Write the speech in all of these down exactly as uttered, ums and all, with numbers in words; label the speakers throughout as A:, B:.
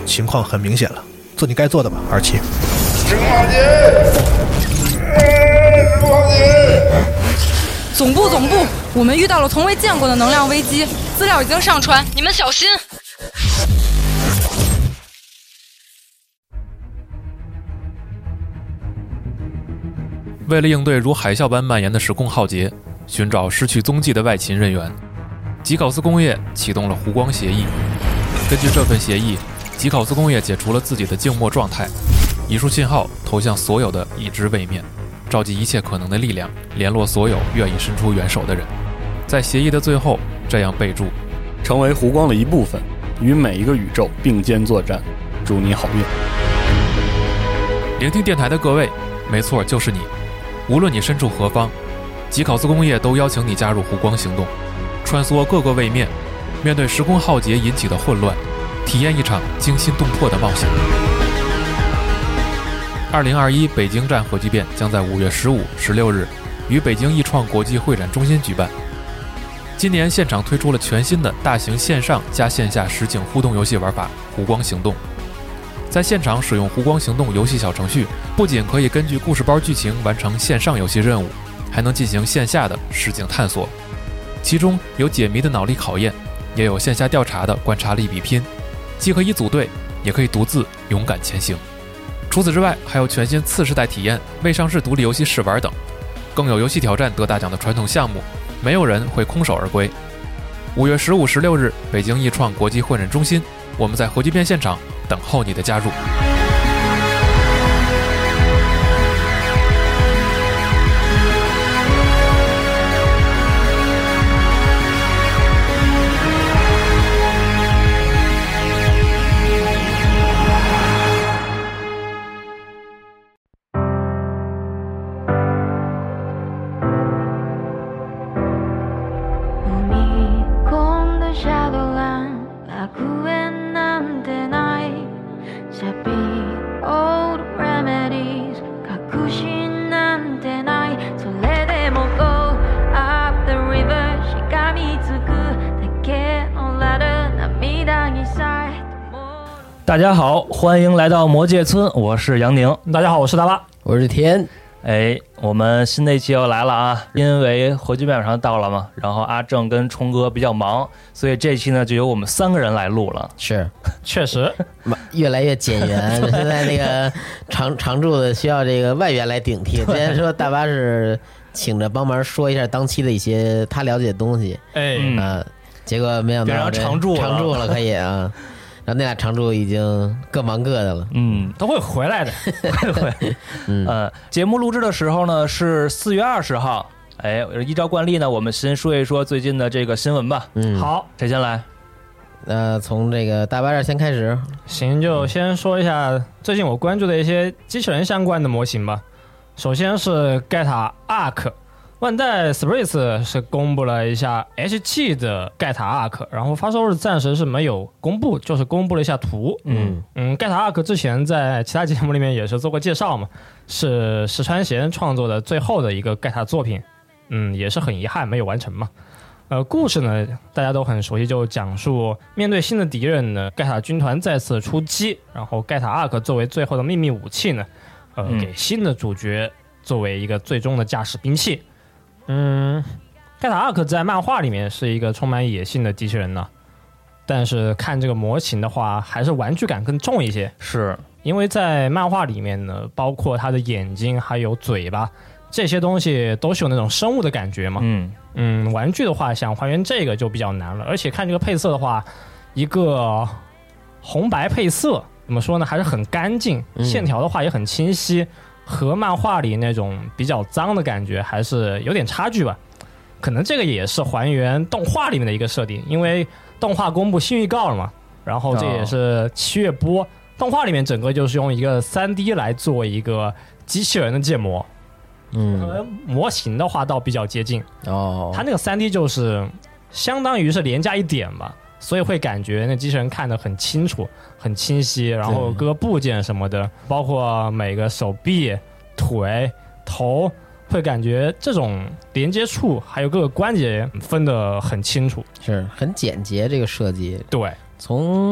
A: 情况很明显了，做你该做的吧，二七。
B: 石空浩劫！石空浩劫！
C: 总部，总部，我们遇到了从未见过的能量危机，资料已经上传，你们小心。
D: 为了应对如海啸般蔓延的时空浩劫，寻找失去踪迹的外勤人员，吉考斯工业启动了湖光协议。根据这份协议，吉考斯工业解除了自己的静默状态，一束信号投向所有的已知位面，召集一切可能的力量，联络所有愿意伸出援手的人。在协议的最后这样备注：
E: 成为湖光的一部分，与每一个宇宙并肩作战，祝你好运。
D: 聆听电台的各位，没错，就是你。无论你身处何方，吉考斯工业都邀请你加入湖光行动，穿梭各个位面，面对时空浩劫引起的混乱，体验一场惊心动魄的冒险。二零二一北京站核聚变将在五月十五、十六日于北京易创国际会展中心举办。今年现场推出了全新的大型线上加线下实景互动游戏玩法湖光行动。在现场使用湖光行动游戏小程序，不仅可以根据故事包剧情完成线上游戏任务，还能进行线下的实景探索，其中有解谜的脑力考验，也有线下调查的观察力比拼，既可以组队，也可以独自勇敢前行。除此之外，还有全新次世代体验、未上市独立游戏试玩等，更有游戏挑战得大奖的传统项目，没有人会空手而归。五月十五、十六日，北京易创国际会展中心，我们在核聚变现场等候你的加入。
F: 大家好，欢迎来到魔界村，我是杨宁。
G: 大家好，我是大巴，
H: 我是天。
F: 哎，我们新的一期又来了啊！因为核聚变马上到了嘛，然后阿正跟冲哥比较忙，所以这期呢就由我们三个人来录了。
H: 是，
G: 确实
H: 越来越减员。现在那个常常驻的需要这个外援来顶替。之前说大巴是请着帮忙说一下当期的一些他了解的东西，
G: 哎
H: 啊，结果没想到
F: 变成常驻了，
H: 常驻了可以啊。然后那俩常驻已经各忙各的了，
G: 嗯，都会回来的，
F: 会会。嗯，呃，节目录制的时候呢是四月二十号，哎，依照惯例呢，我们先说一说最近的这个新闻吧。
H: 嗯，
G: 好，
F: 谁先来？
H: 呃，从这个大巴这先开始。
G: 行，就先说一下最近我关注的一些机器人相关的模型吧。首先是盖塔 Arc。万代 Spritz 是公布了一下 H 七 的盖塔 Arc， 然后发售日暂时是没有公布，就是公布了一下图。
H: 嗯
G: 嗯，盖塔 Arc 之前在其他节目里面也是做过介绍嘛，是石川贤创作的最后的一个盖塔作品，嗯，也是很遗憾没有完成嘛。呃，故事呢大家都很熟悉，就讲述面对新的敌人呢，盖塔军团再次出击，然后盖塔 Arc 作为最后的秘密武器呢，呃，嗯、给新的主角作为一个最终的驾驶兵器。嗯，盖塔阿克在漫画里面是一个充满野性的机器人呢，但是看这个模型的话，还是玩具感更重一些。
F: 是
G: 因为在漫画里面呢，包括它的眼睛还有嘴巴这些东西都是有那种生物的感觉嘛。
F: 嗯
G: 嗯，玩具的话想还原这个就比较难了，而且看这个配色的话，一个红白配色怎么说呢，还是很干净，线条的话也很清晰。和漫画里那种比较脏的感觉还是有点差距吧，可能这个也是还原动画里面的一个设定，因为动画公布新预告了嘛，然后这也是七月播，动画里面整个就是用一个 三 D 来做一个机器人的建模，
H: 嗯，
G: 模型的话倒比较接近
H: 哦，
G: 它那个 三 D 就是相当于是连加一点吧，所以会感觉那机器人看得很清楚很清晰，然后各个部件什么的，包括每个手臂腿头，会感觉这种连接处还有各个关节分得很清楚，
H: 是很简洁这个设计。
G: 对，
H: 从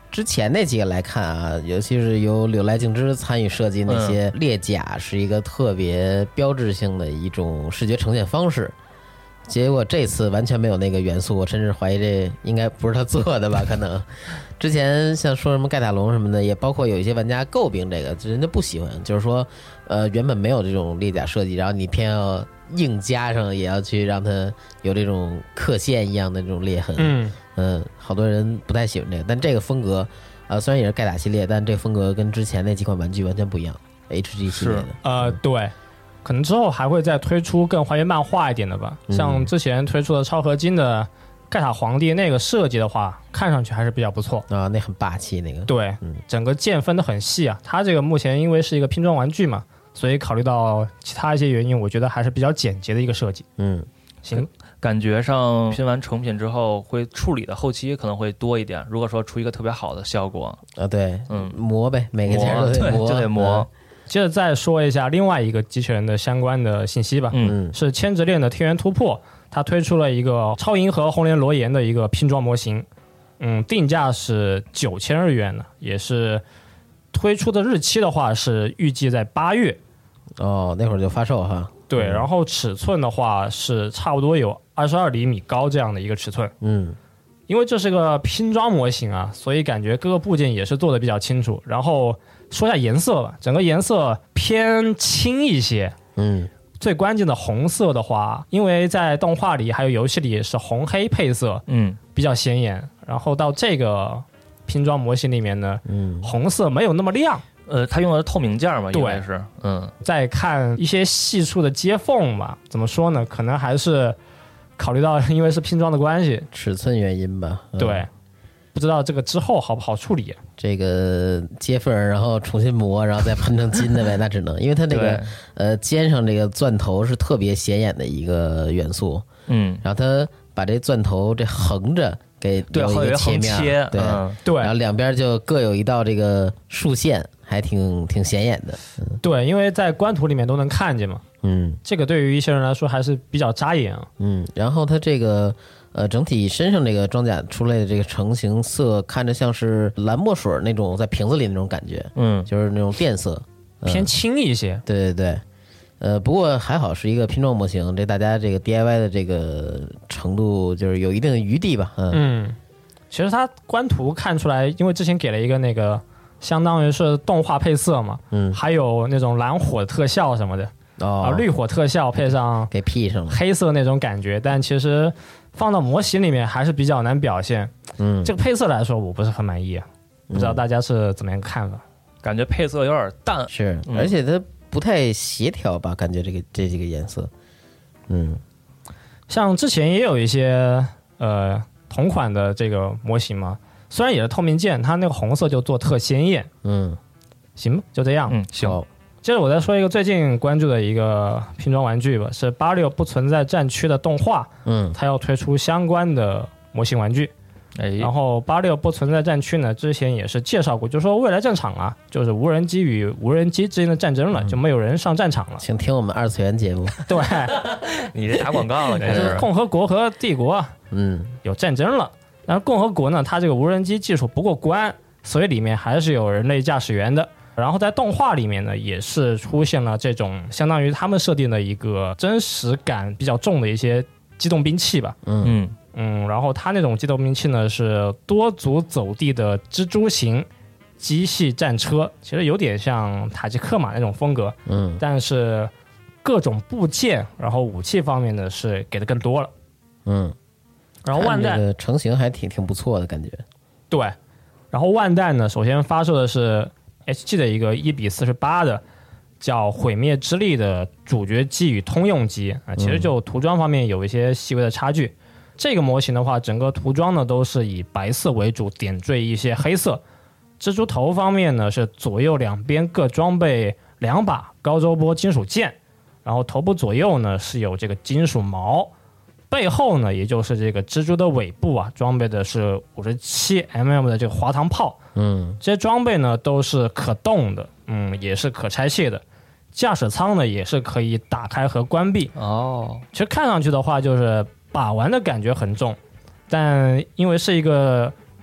H: 之前那几个来看啊，尤其是由柳来敬之参与设计那些列甲，是一个特别标志性的一种视觉呈现方式。结果这次完全没有那个元素，我甚至怀疑这应该不是他做的吧？可能之前像说什么盖塔龙什么的，也包括有一些玩家诟病这个，人家不喜欢，就是说，呃，原本没有这种列甲设计，然后你偏要硬加上，也要去让它有这种刻线一样的这种裂痕。嗯嗯，好多人不太喜欢这个，但这个风格，呃，虽然也是盖塔系列，但这个风格跟之前那几款玩具完全不一样 ，H G 系列的。
G: 呃，对。可能之后还会再推出更还原漫画一点的吧，像之前推出的超合金的盖塔皇帝那个设计的话，看上去还是比较不错
H: 啊，那很霸气那个。
G: 对，整个剑分得很细啊。它这个目前因为是一个拼装玩具嘛，所以考虑到其他一些原因，我觉得还是比较简洁的一个设计。
H: 嗯，
G: 行，
F: 感觉上拼完成品之后会处理的后期可能会多一点。如果说出一个特别好的效果
H: 啊，对，
F: 嗯，
H: 磨呗，每个件都得磨，
F: 就得磨。
H: 嗯
G: 接着再说一下另外一个机器人的相关的信息吧，
H: 嗯，
G: 是千直链的天元突破，它推出了一个超银河红莲罗岩的一个拼装模型，嗯，定价是九千日元呢，也是推出的日期的话是预计在八月，
H: 哦，那会儿就发售哈。
G: 对，
H: 嗯、
G: 然后尺寸的话是差不多有二十二厘米高这样的一个尺寸，
H: 嗯。
G: 因为这是个拼装模型啊，所以感觉各个部件也是做的比较清楚。然后说一下颜色吧，整个颜色偏轻一些。
H: 嗯，
G: 最关键的红色的话，因为在动画里还有游戏里是红黑配色，
F: 嗯，
G: 比较显眼。然后到这个拼装模型里面呢，
H: 嗯，
G: 红色没有那么亮。
F: 呃，它用的是透明件嘛，应该是，嗯。
G: 再看一些细处的接缝吧，怎么说呢？可能还是。考虑到因为是拼装的关系，
H: 尺寸原因吧，
G: 嗯、对，不知道这个之后好不好处理。
H: 这个接缝，然后重新磨，然后再喷成金的呗，那只能，因为它那个呃肩上这个钻头是特别显眼的一个元素，
F: 嗯，
H: 然后它把这钻头这横着给
F: 对，
H: 有一个切面，
F: 切
H: 对、
F: 嗯、
G: 对，
H: 然后两边就各有一道这个竖线，还挺挺显眼的。
G: 嗯、对，因为在官图里面都能看见嘛。
H: 嗯，
G: 这个对于一些人来说还是比较扎眼啊。
H: 嗯，然后它这个呃整体身上这个装甲出来的这个成型色，看着像是蓝墨水那种在瓶子里那种感觉，
F: 嗯，
H: 就是那种电色，
G: 呃、偏轻一些。
H: 对对对，呃，不过还好是一个拼装模型，这大家这个 D I Y 的这个程度就是有一定的余地吧。嗯，
G: 嗯其实它官图看出来，因为之前给了一个那个相当于是动画配色嘛，
H: 嗯，
G: 还有那种蓝火特效什么的。
H: 哦、
G: 啊，绿火特效配上
H: 给 P 上了
G: 黑色那种感觉，但其实放到模型里面还是比较难表现。
H: 嗯，
G: 这个配色来说我不是很满意，不知道大家是怎么样看法？
F: 嗯、感觉配色有点淡，
H: 是，
F: 嗯、
H: 而且它不太协调吧？感觉这个这几个颜色，嗯，
G: 像之前也有一些呃同款的这个模型嘛，虽然也是透明件，它那个红色就做特鲜艳。
H: 嗯，
G: 行，就这样。
F: 嗯，行。
G: 接着我再说一个最近关注的一个拼装玩具吧，是八六不存在战区的动画，
H: 嗯，
G: 它要推出相关的模型玩具，
F: 哎，
G: 然后八六不存在战区呢，之前也是介绍过，就是说未来战场啊，就是无人机与无人机之间的战争了，嗯、就没有人上战场了。
H: 请听我们二次元节目。
G: 对，
F: 你这打广告了，开始。
G: 共和国和帝国，
H: 嗯，
G: 有战争了。然后共和国呢，它这个无人机技术不过关，所以里面还是有人类驾驶员的。然后在动画里面呢，也是出现了这种相当于他们设定的一个真实感比较重的一些机动兵器吧。
H: 嗯
G: 嗯，然后它那种机动兵器呢是多足走地的蜘蛛型机械战车，其实有点像塔吉克马那种风格。
H: 嗯，
G: 但是各种部件，然后武器方面呢是给的更多了。
H: 嗯，
G: 然后万代
H: 这个成型还挺挺不错的感觉。
G: 对，然后万代呢，首先发售的是。H G 的一个一比四十八的叫毁灭之力的主角机与通用机啊，其实就涂装方面有一些细微的差距。这个模型的话，整个涂装呢都是以白色为主，点缀一些黑色。蜘蛛头方面呢是左右两边各装备两把高周波金属剑，然后头部左右呢是有这个金属矛，背后呢也就是这个蜘蛛的尾部啊，装备的是五十七 mm 的这个滑膛炮。
H: 嗯，
G: 这些装备呢都是可动的，嗯，也是可拆卸的。驾驶舱呢也是可以打开和关闭。
F: 哦，
G: 其实看上去的话，就是把玩的感觉很重，但因为是一个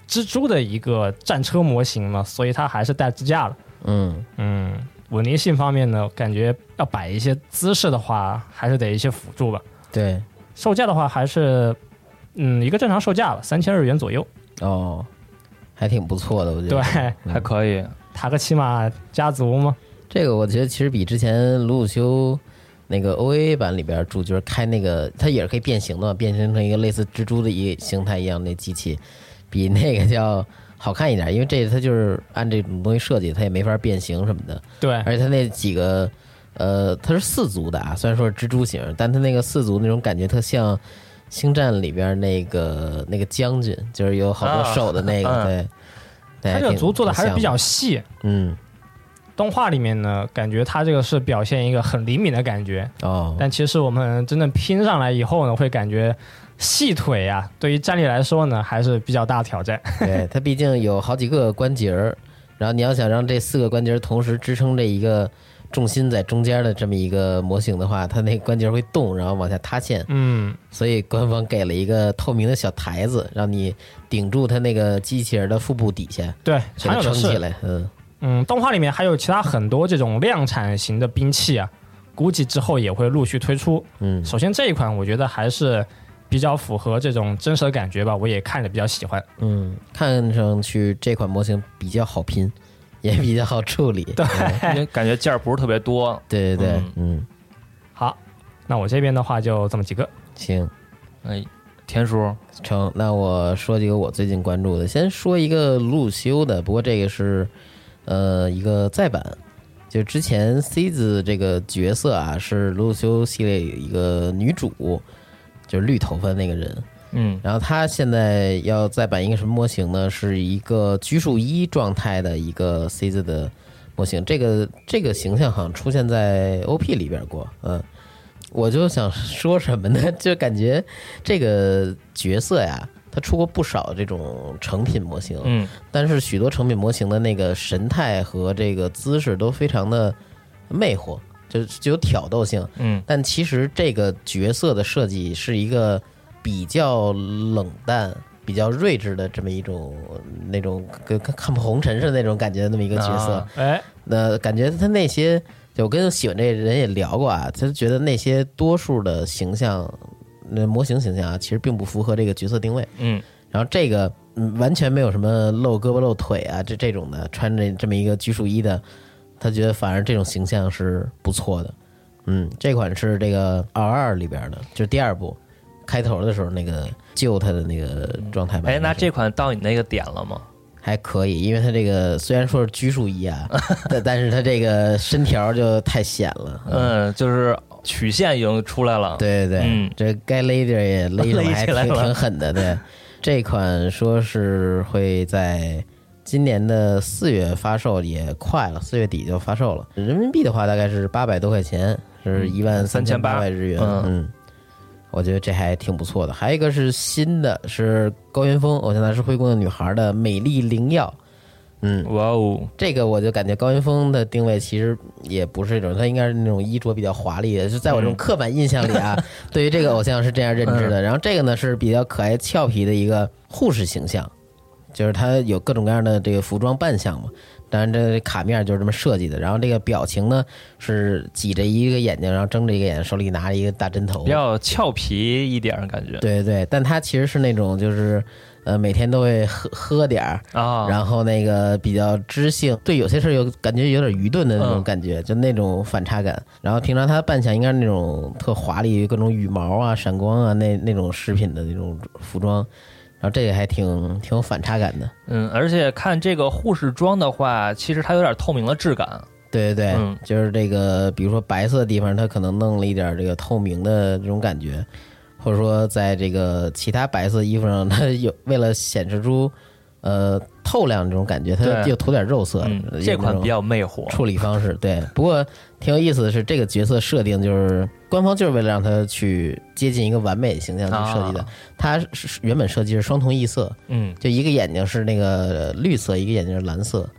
G: 蜘蛛的一个战车模型嘛，所以它还是带支架了。
H: 嗯
G: 嗯，稳定性方面呢，感觉要摆一些姿势的话，还是得一些辅助吧。
H: 对，
G: 售价的话还是嗯一个正常售价吧，三千日元左右。
H: 哦，还挺不错的，我觉得。
G: 对，
H: 嗯、
F: 还可以。
G: 塔克奇马家族嘛，
H: 这个我觉得其实比之前鲁鲁修那个 O A A 版里边主角开那个，它也是可以变形的，变形成一个类似蜘蛛的一个形态一样的机器，比那个叫好看一点，因为这它就是按这种东西设计，它也没法变形什么的。
G: 对，
H: 而且它那几个呃，它是四足的啊，虽然说是蜘蛛型，但它那个四足那种感觉特像星战里边那个那个将军，就是有好多手的那个，啊、对。
G: 它这个足做的还是比较细，
H: 嗯，
G: 动画里面呢，感觉它这个是表现一个很灵敏的感觉
H: 哦，
G: 但其实我们真正拼上来以后呢，会感觉细腿啊，对于战力来说呢，还是比较大的挑战。
H: 对，它毕竟有好几个关节儿，然后你要想让这四个关节同时支撑这一个重心在中间的这么一个模型的话，它那个关节会动，然后往下塌陷。
G: 嗯，
H: 所以官方给了一个透明的小台子，让你顶住它那个机器人的腹部底下，
G: 对，常有的是
H: 撑起来。嗯
G: 嗯，动画里面还有其他很多这种量产型的兵器啊，估计之后也会陆续推出。
H: 嗯，
G: 首先这一款我觉得还是比较符合这种真实的感觉吧，我也看着比较喜欢。
H: 嗯，看上去这款模型比较好拼。也比较好处理，
G: 对，
F: 因为感觉件儿不是特别多。
H: 对对对，
F: 嗯，
H: 嗯
G: 好，那我这边的话就这么几个。
H: 行，
F: 哎，田叔
H: 成，那我说几个我最近关注的，先说一个鲁鲁修的，不过这个是呃一个再版，就之前 C 子这个角色啊是鲁鲁修系列有一个女主，就是绿头发那个人。
F: 嗯，
H: 然后他现在要再版一个什么模型呢？是一个拘束一状态的一个 C 字的模型。这个这个形象好像出现在 O P 里边过，嗯，我就想说什么呢？就感觉这个角色呀，他出过不少这种成品模型，
F: 嗯，
H: 但是许多成品模型的那个神态和这个姿势都非常的魅惑，就就有挑逗性，
F: 嗯，
H: 但其实这个角色的设计是一个比较冷淡、比较睿智的这么一种那种跟看破红尘似的那种感觉的那么一个角色。
G: 啊、哎，
H: 那感觉他那些，就我跟喜欢这人也聊过啊，他觉得那些多数的形象，那模型形象啊，其实并不符合这个角色定位。
F: 嗯，
H: 然后这个嗯完全没有什么露胳膊露腿啊，这这种的，穿着这么一个拘束衣的，他觉得反而这种形象是不错的。嗯，这款是这个二二里边的，就是第二部。开头的时候那个救他的那个状态吧。
F: 哎，那这款到你那个点了吗？
H: 还可以，因为他这个虽然说是拘束衣啊，但但是他这个身条就太显了。
F: 嗯，就是曲线已经出来了。
H: 对对对，
F: 嗯，
H: 这该勒地儿也勒上来，还挺挺狠的。对，这款说是会在今年的四月发售，也快了，四月底就发售了。人民币的话大概是八百多块钱，是一万三千八百日元。嗯。嗯，我觉得这还挺不错的。还有一个是新的，是高原风偶像大师灰姑娘女孩的美丽灵药。嗯，
F: 哇哦，
H: 这个我就感觉高原风的定位其实也不是这种，它应该是那种衣着比较华丽的，就在我这种刻板印象里啊，嗯、对于这个偶像是这样认知的。然后这个呢是比较可爱俏皮的一个护士形象，就是它有各种各样的这个服装扮相嘛。当然，这卡面就是这么设计的。然后这个表情呢是挤着一个眼睛，然后睁着一个眼，手里拿着一个大针头，
F: 比较俏皮一点感觉。
H: 对对，但他其实是那种就是呃每天都会喝喝点儿
F: 啊，
H: 然后那个比较知性，对有些事有感觉有点愚钝的那种感觉，嗯、就那种反差感。然后平常他扮相应该是那种特华丽，各种羽毛啊、闪光啊那那种饰品的那种服装。然后这个还挺挺有反差感的，
F: 嗯，而且看这个护士装的话，其实它有点透明的质感。
H: 对对对，
F: 嗯、
H: 就是这个，比如说白色的地方，它可能弄了一点这个透明的这种感觉，或者说在这个其他白色衣服上，它有为了显示出呃透亮这种感觉，它就涂点肉色。
F: 嗯、这款比较魅惑
H: 处理方式，对。不过挺有意思的是，这个角色设定就是官方就是为了让他去接近一个完美的形象去设计的。他、啊、原本设计是双瞳异色，
F: 嗯，
H: 就一个眼睛是那个绿色，一个眼睛是蓝色，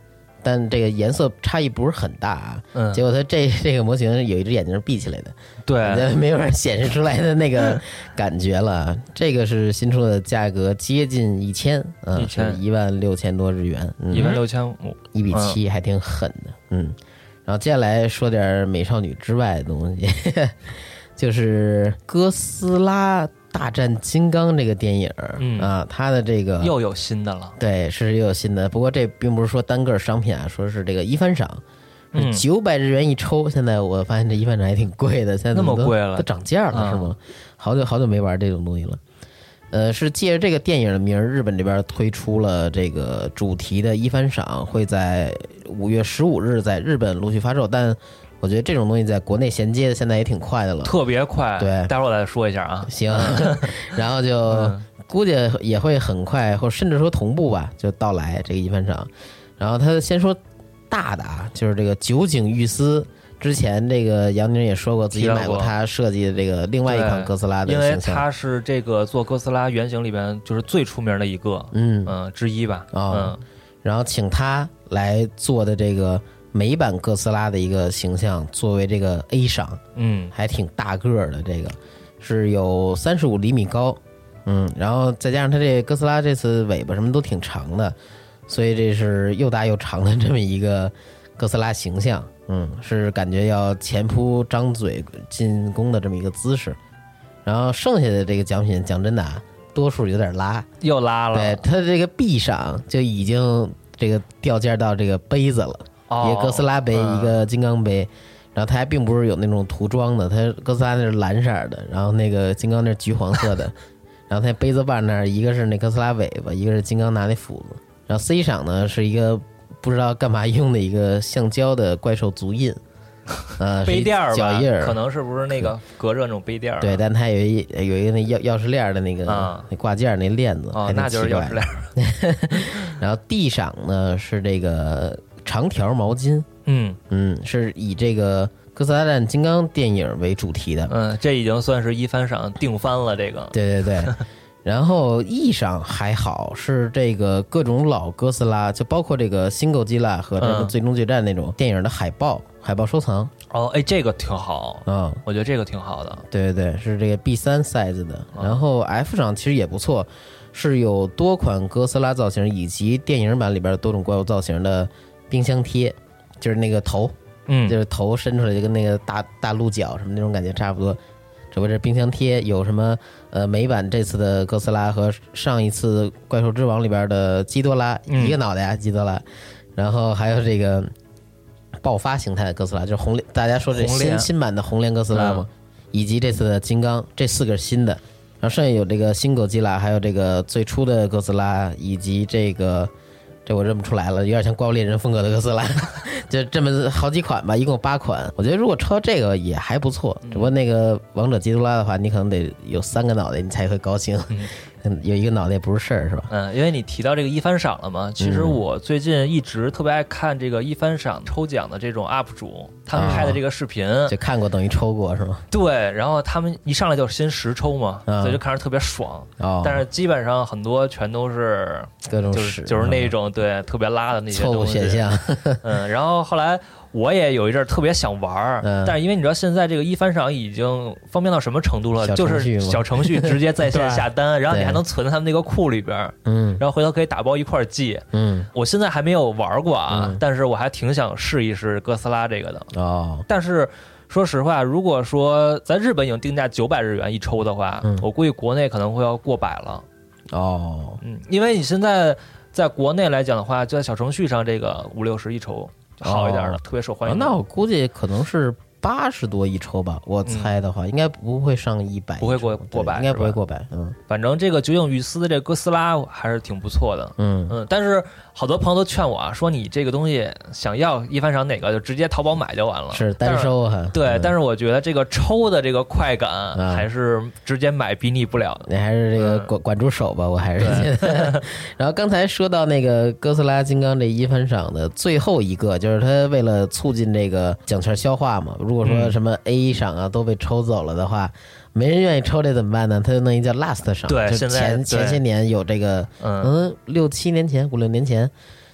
H: 但这个颜色差异不是很大啊。
F: 嗯，
H: 结果它这这个模型有一只眼睛是闭起来的，
F: 对，
H: 没有人显示出来的那个感觉了。这个是新出的，价格接近一千，嗯，是一万六千多日元，
F: 一万六千五，
H: 一比七，还挺狠的，嗯。然后接下来说点美少女之外的东西，就是哥斯拉大战金刚这个电影，嗯啊，它的这个
F: 又有新的了，
H: 对，是又有新的。不过这并不是说单个商品啊，说是这个一番赏，
F: 嗯，
H: 九百日元一抽。现在我发现这一番赏还挺贵的，现在
F: 那么贵了，
H: 都涨价了、嗯、是吗？好久好久没玩这种东西了。呃，是借着这个电影的名，日本这边推出了这个主题的一番赏，会在五月十五日在日本陆续发售，但我觉得这种东西在国内衔接的现在也挺快的了，
F: 特别快。
H: 对，
F: 待会儿我再说一下啊。
H: 行，然后就、嗯、估计也会很快，或甚至说同步吧，就到来这个一番赏。然后他先说大的啊，就是这个酒井裕司。之前这个杨宁也说过，自己买过他设计的这个另外一款哥斯拉的形象，
F: 因为他是这个做哥斯拉原型里边就是最出名的一个，嗯嗯、呃、之一吧。
H: 哦、
F: 嗯，
H: 然后请他来做的这个美版哥斯拉的一个形象，作为这个 A 赏，
F: 嗯，
H: 还挺大个儿的，这个是有三十五厘米高，嗯，然后再加上他这哥斯拉这次尾巴什么都挺长的，所以这是又大又长的这么一个哥斯拉形象。嗯，是感觉要前扑张嘴进攻的这么一个姿势，然后剩下的这个奖品，讲真的啊，多数有点拉，
F: 又拉了。
H: 对，它这个臂上就已经这个掉价到这个杯子了，哦、一个哥斯拉杯，嗯、一个金刚杯，然后它还并不是有那种涂装的，它哥斯拉那是蓝色的，然后那个金刚那是橘黄色的，然后它杯子把那儿一个是那哥斯拉尾巴，一个是金刚拿那斧子，然后 C 赏呢是一个。不知道干嘛用的一个橡胶的怪兽足印，呃，
F: 杯垫儿吧，
H: 脚印儿，
F: 可能是不是那个隔着那种杯垫儿？
H: 对，但它有一有一个那钥钥匙链的那个、
F: 啊、
H: 那挂件那链子，
F: 哦，那就是钥匙链。
H: 然后地上呢是这个长条毛巾，
F: 嗯
H: 嗯，是以这个哥斯拉大战金刚电影为主题的，
F: 嗯，这已经算是一番赏定番了，这个。
H: 对对对。然后意上还好，是这个各种老哥斯拉，就包括这个新哥吉拉和这个最终决战那种电影的海报，嗯、海报收藏。
F: 哦，哎，这个挺好，
H: 嗯，
F: 我觉得这个挺好的。
H: 对对对，是这个 B 三 size 的。然后 F 上其实也不错，是有多款哥斯拉造型以及电影版里边多种怪物造型的冰箱贴，就是那个头，
F: 嗯，
H: 就是头伸出来就跟那个大大鹿角什么那种感觉差不多。这不是冰箱贴，有什么呃美版这次的哥斯拉和上一次怪兽之王里边的基多拉、嗯、一个脑袋啊，基多拉，然后还有这个爆发形态的哥斯拉，就是红大家说这新新版的红莲哥斯拉嘛、嗯，以及这次的金刚，这四个是新的，然后剩下有这个新哥基拉，还有这个最初的哥斯拉，以及这个。这我认不出来了，有点像怪物猎人风格的哥斯拉，就这么好几款吧，一共八款。我觉得如果抽这个也还不错，只不过那个王者基多拉的话，你可能得有三个脑袋你才会高兴。嗯、有一个脑袋不是事儿是吧？
F: 嗯，因为你提到这个一番赏了嘛，其实我最近一直特别爱看这个一番赏抽奖的这种 U P 主，他们拍的这个视频，哦、
H: 就看过等于抽过是吗？
F: 对，然后他们一上来就先实抽嘛，嗯、所以就看着特别爽。哦，但是基本上很多全都是
H: 各种
F: 就是就是那种、嗯、对特别拉的那些
H: 错误选项。
F: 嗯，然后后来。我也有一阵特别想玩、嗯，但是因为你知道现在这个一番赏已经方便到什么程度了，就是小程序直接在线下单，然后你还能存在他们那个库里边，嗯，然后回头可以打包一块寄，嗯，我现在还没有玩过啊、嗯，但是我还挺想试一试哥斯拉这个的
H: 哦。
F: 但是说实话，如果说在日本已经定价九百日元一抽的话、嗯，我估计国内可能会要过百了
H: 哦，
F: 嗯，因为你现在在国内来讲的话，就在小程序上这个五六十一抽。好一点的、哦，特别受欢迎、
H: 哦。那我估计可能是八十多一抽吧，我猜的话，嗯、应该不会上一百，
F: 不会过过百，
H: 应该不会过百。嗯，
F: 反正这个酒井裕司的这个哥斯拉还是挺不错的。嗯嗯，但是好多朋友都劝我啊，说你这个东西想要一番赏哪个就直接淘宝买就完了，
H: 是单收哈。
F: 对、嗯，但是我觉得这个抽的这个快感还是直接买比拟不了的。
H: 你还是这个管、嗯、管住手吧，我还是觉得。然后刚才说到那个哥斯拉金刚这一番赏的最后一个，就是他为了促进这个奖券消化嘛，如果说什么 A 赏啊都被抽走了的话。没人愿意抽这怎么办呢？他就弄一叫 Last 赏，
F: 对，
H: 就前前些年有这个，嗯，六七年前、五六年前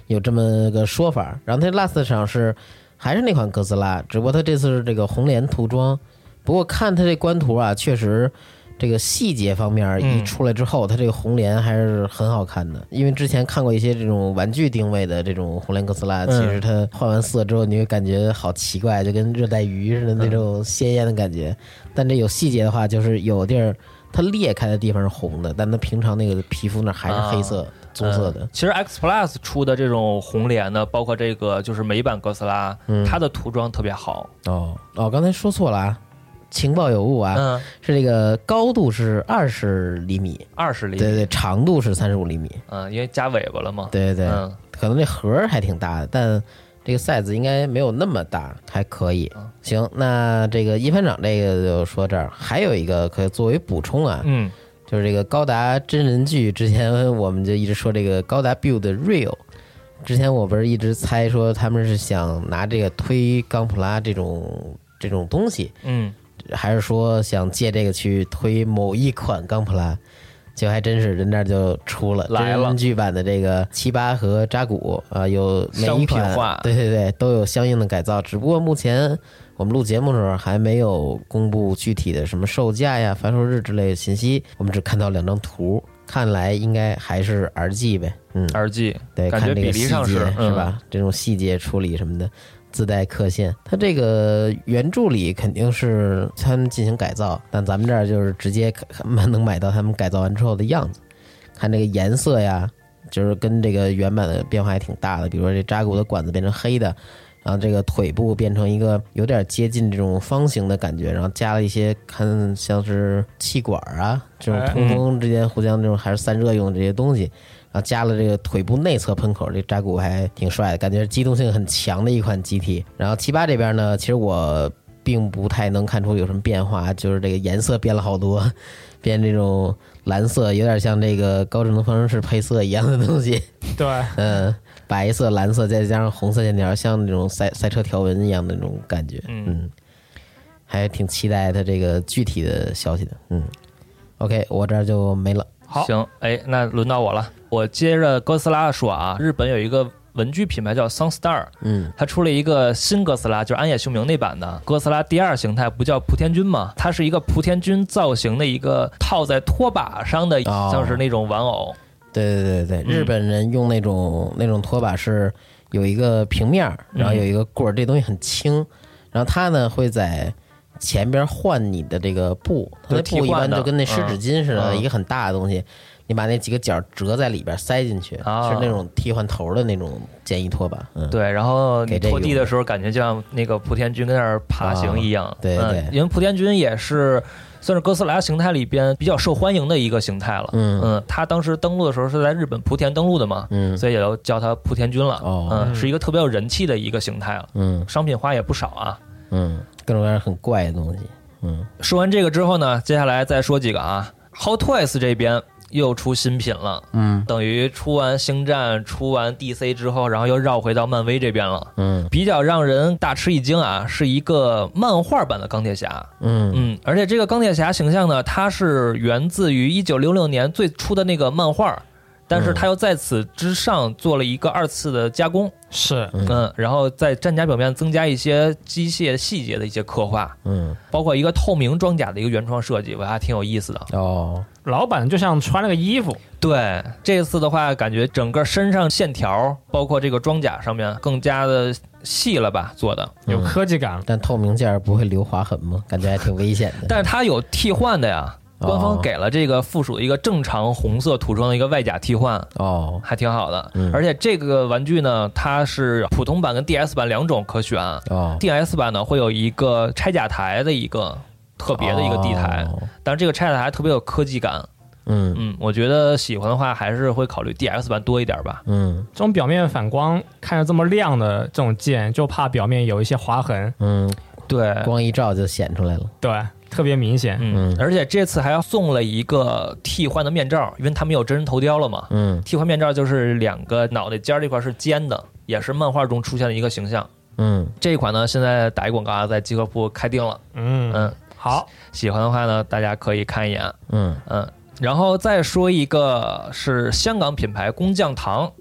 H: 有这么个说法。然后它 Last 上是还是那款哥斯拉，只不过它这次是这个红莲涂装。不过看它这官图啊，确实这个细节方面一出来之后，它这个红莲还是很好看的。因为之前看过一些这种玩具定位的这种红莲哥斯拉，其实它换完色之后，你会感觉好奇怪，就跟热带鱼似的那种鲜艳的感觉。但这有细节的话，就是有地儿它裂开的地方是红的，但它平常那个皮肤那还是黑色。棕色的、
F: 嗯，其实 X Plus 出的这种红莲呢，包括这个就是美版哥斯拉，嗯、它的涂装特别好。
H: 哦哦，刚才说错了啊，情报有误啊，嗯、是这个高度是二十厘米，
F: 二十厘米，
H: 对对，长度是三十五厘米。
F: 嗯，因为加尾巴了嘛。
H: 对对对，
F: 嗯、
H: 可能这盒还挺大的，但这个 size 应该没有那么大，还可以。嗯、行，那这个一番长这个就说这儿，还有一个可以作为补充啊，
F: 嗯。
H: 就是这个高达真人剧，之前我们就一直说这个高达 Build Real， 之前我不是一直猜说他们是想拿这个推钢普拉这种这种东西，
F: 嗯，
H: 还是说想借这个去推某一款钢普拉，就还真是人那就出了
F: 来了
H: 真人剧版的这个七八和扎古啊、呃，有每一款对对对都有相应的改造，只不过目前我们录节目的时候还没有公布具体的什么售价呀、发售日之类的信息，我们只看到两张图，看来应该还是 R G 呗，嗯
F: ，R G，
H: 对，
F: 感觉比例上是
H: 是吧、嗯？这种细节处理什么的，自带刻线。它这个原著里肯定是他们进行改造，但咱们这儿就是直接能买到他们改造完之后的样子，看这个颜色呀，就是跟这个原版的变化还挺大的，比如说这扎古的管子变成黑的。然后这个腿部变成一个有点接近这种方形的感觉，然后加了一些看像是气管啊这种通风之间互相这种还是散热用的这些东西，然后加了这个腿部内侧喷口，这扎古还挺帅的，感觉机动性很强的一款机体。然后七八这边呢，其实我并不太能看出有什么变化，就是这个颜色变了好多，变这种蓝色，有点像这个高智能方程式配色一样的东西。
G: 对，
H: 嗯。白色、蓝色，再加上红色线条，像那种赛赛车条纹一样的那种感觉，嗯，嗯还挺期待它这个具体的消息的，嗯。OK， 我这儿就没了。
F: 好，行，哎，那轮到我了，我接着哥斯拉说啊，日本有一个文具品牌叫 Sunstar， 嗯，它出了一个新哥斯拉，就是安野秀明那版的哥斯拉第二形态，不叫蒲田君吗？它是一个蒲田君造型的一个套在拖把上的，
H: 哦、
F: 像是那种玩偶。
H: 对对对对，日本人用那种、嗯、那种拖把是有一个平面，然后有一个棍儿、嗯，这东西很轻，然后它呢会在前边换你的这个布，它那布一般就跟那湿纸巾似的、嗯，一个很大的东西，你把那几个角折在里边塞进去，哦、是那种替换头的那种简易拖把。嗯，
F: 对，然后你拖地的时候感觉就像那个蒲田君跟那儿爬行一样。
H: 哦、对对、
F: 嗯，因为蒲田君也是。算是哥斯拉形态里边比较受欢迎的一个形态了，
H: 嗯
F: 嗯，他当时登陆的时候是在日本莆田登陆的嘛，嗯，所以也就叫他莆田君了，
H: 哦，
F: 嗯，是一个特别有人气的一个形态了，
H: 嗯，
F: 商品化也不少啊，
H: 嗯，各种各样很怪的东西，嗯，
F: 说完这个之后呢，接下来再说几个啊 ，Hot Toys 这边又出新品了，
H: 嗯，
F: 等于出完星战、出完 D C 之后，然后又绕回到漫威这边了，
H: 嗯，
F: 比较让人大吃一惊啊，是一个漫画版的钢铁侠，
H: 嗯
F: 嗯，而且这个钢铁侠形象呢，它是源自于一九六六年最初的那个漫画。但是他又在此之上做了一个二次的加工，
G: 是，
F: 嗯，然后在战甲表面增加一些机械细节的一些刻画，
H: 嗯，
F: 包括一个透明装甲的一个原创设计，我还挺有意思的
H: 哦。
G: 老版就像穿了个衣服，
F: 对，这次的话感觉整个身上线条，包括这个装甲上面更加的细了吧，做的
G: 有科技感，
H: 嗯、但透明件不会留划痕吗？感觉还挺危险的。
F: 但是它有替换的呀。官方给了这个附属一个正常红色涂装的一个外甲替换
H: 哦，
F: 还挺好的、
H: 嗯。
F: 而且这个玩具呢，它是普通版跟 D S 版两种可选
H: 哦。
F: D S 版呢会有一个拆甲台的一个特别的一个地台，
H: 哦、
F: 但是这个拆甲台特别有科技感。
H: 嗯
F: 嗯，我觉得喜欢的话还是会考虑 D S 版多一点吧。
H: 嗯，
G: 这种表面反光看着这么亮的这种剑，就怕表面有一些划痕。
H: 嗯，
F: 对，
H: 光一照就显出来了。
G: 对。特别明显，
F: 嗯，而且这次还要送了一个替换的面罩，因为他们有真人头雕了嘛，
H: 嗯，
F: 替换面罩就是两个脑袋尖这块是尖的，也是漫画中出现的一个形象，
H: 嗯，
F: 这一款呢现在打一广告啊，在集合铺开定了，
G: 嗯
F: 嗯，
G: 好，
F: 喜欢的话呢，大家可以看一眼，
H: 嗯
F: 嗯，然后再说一个是香港品牌工匠堂。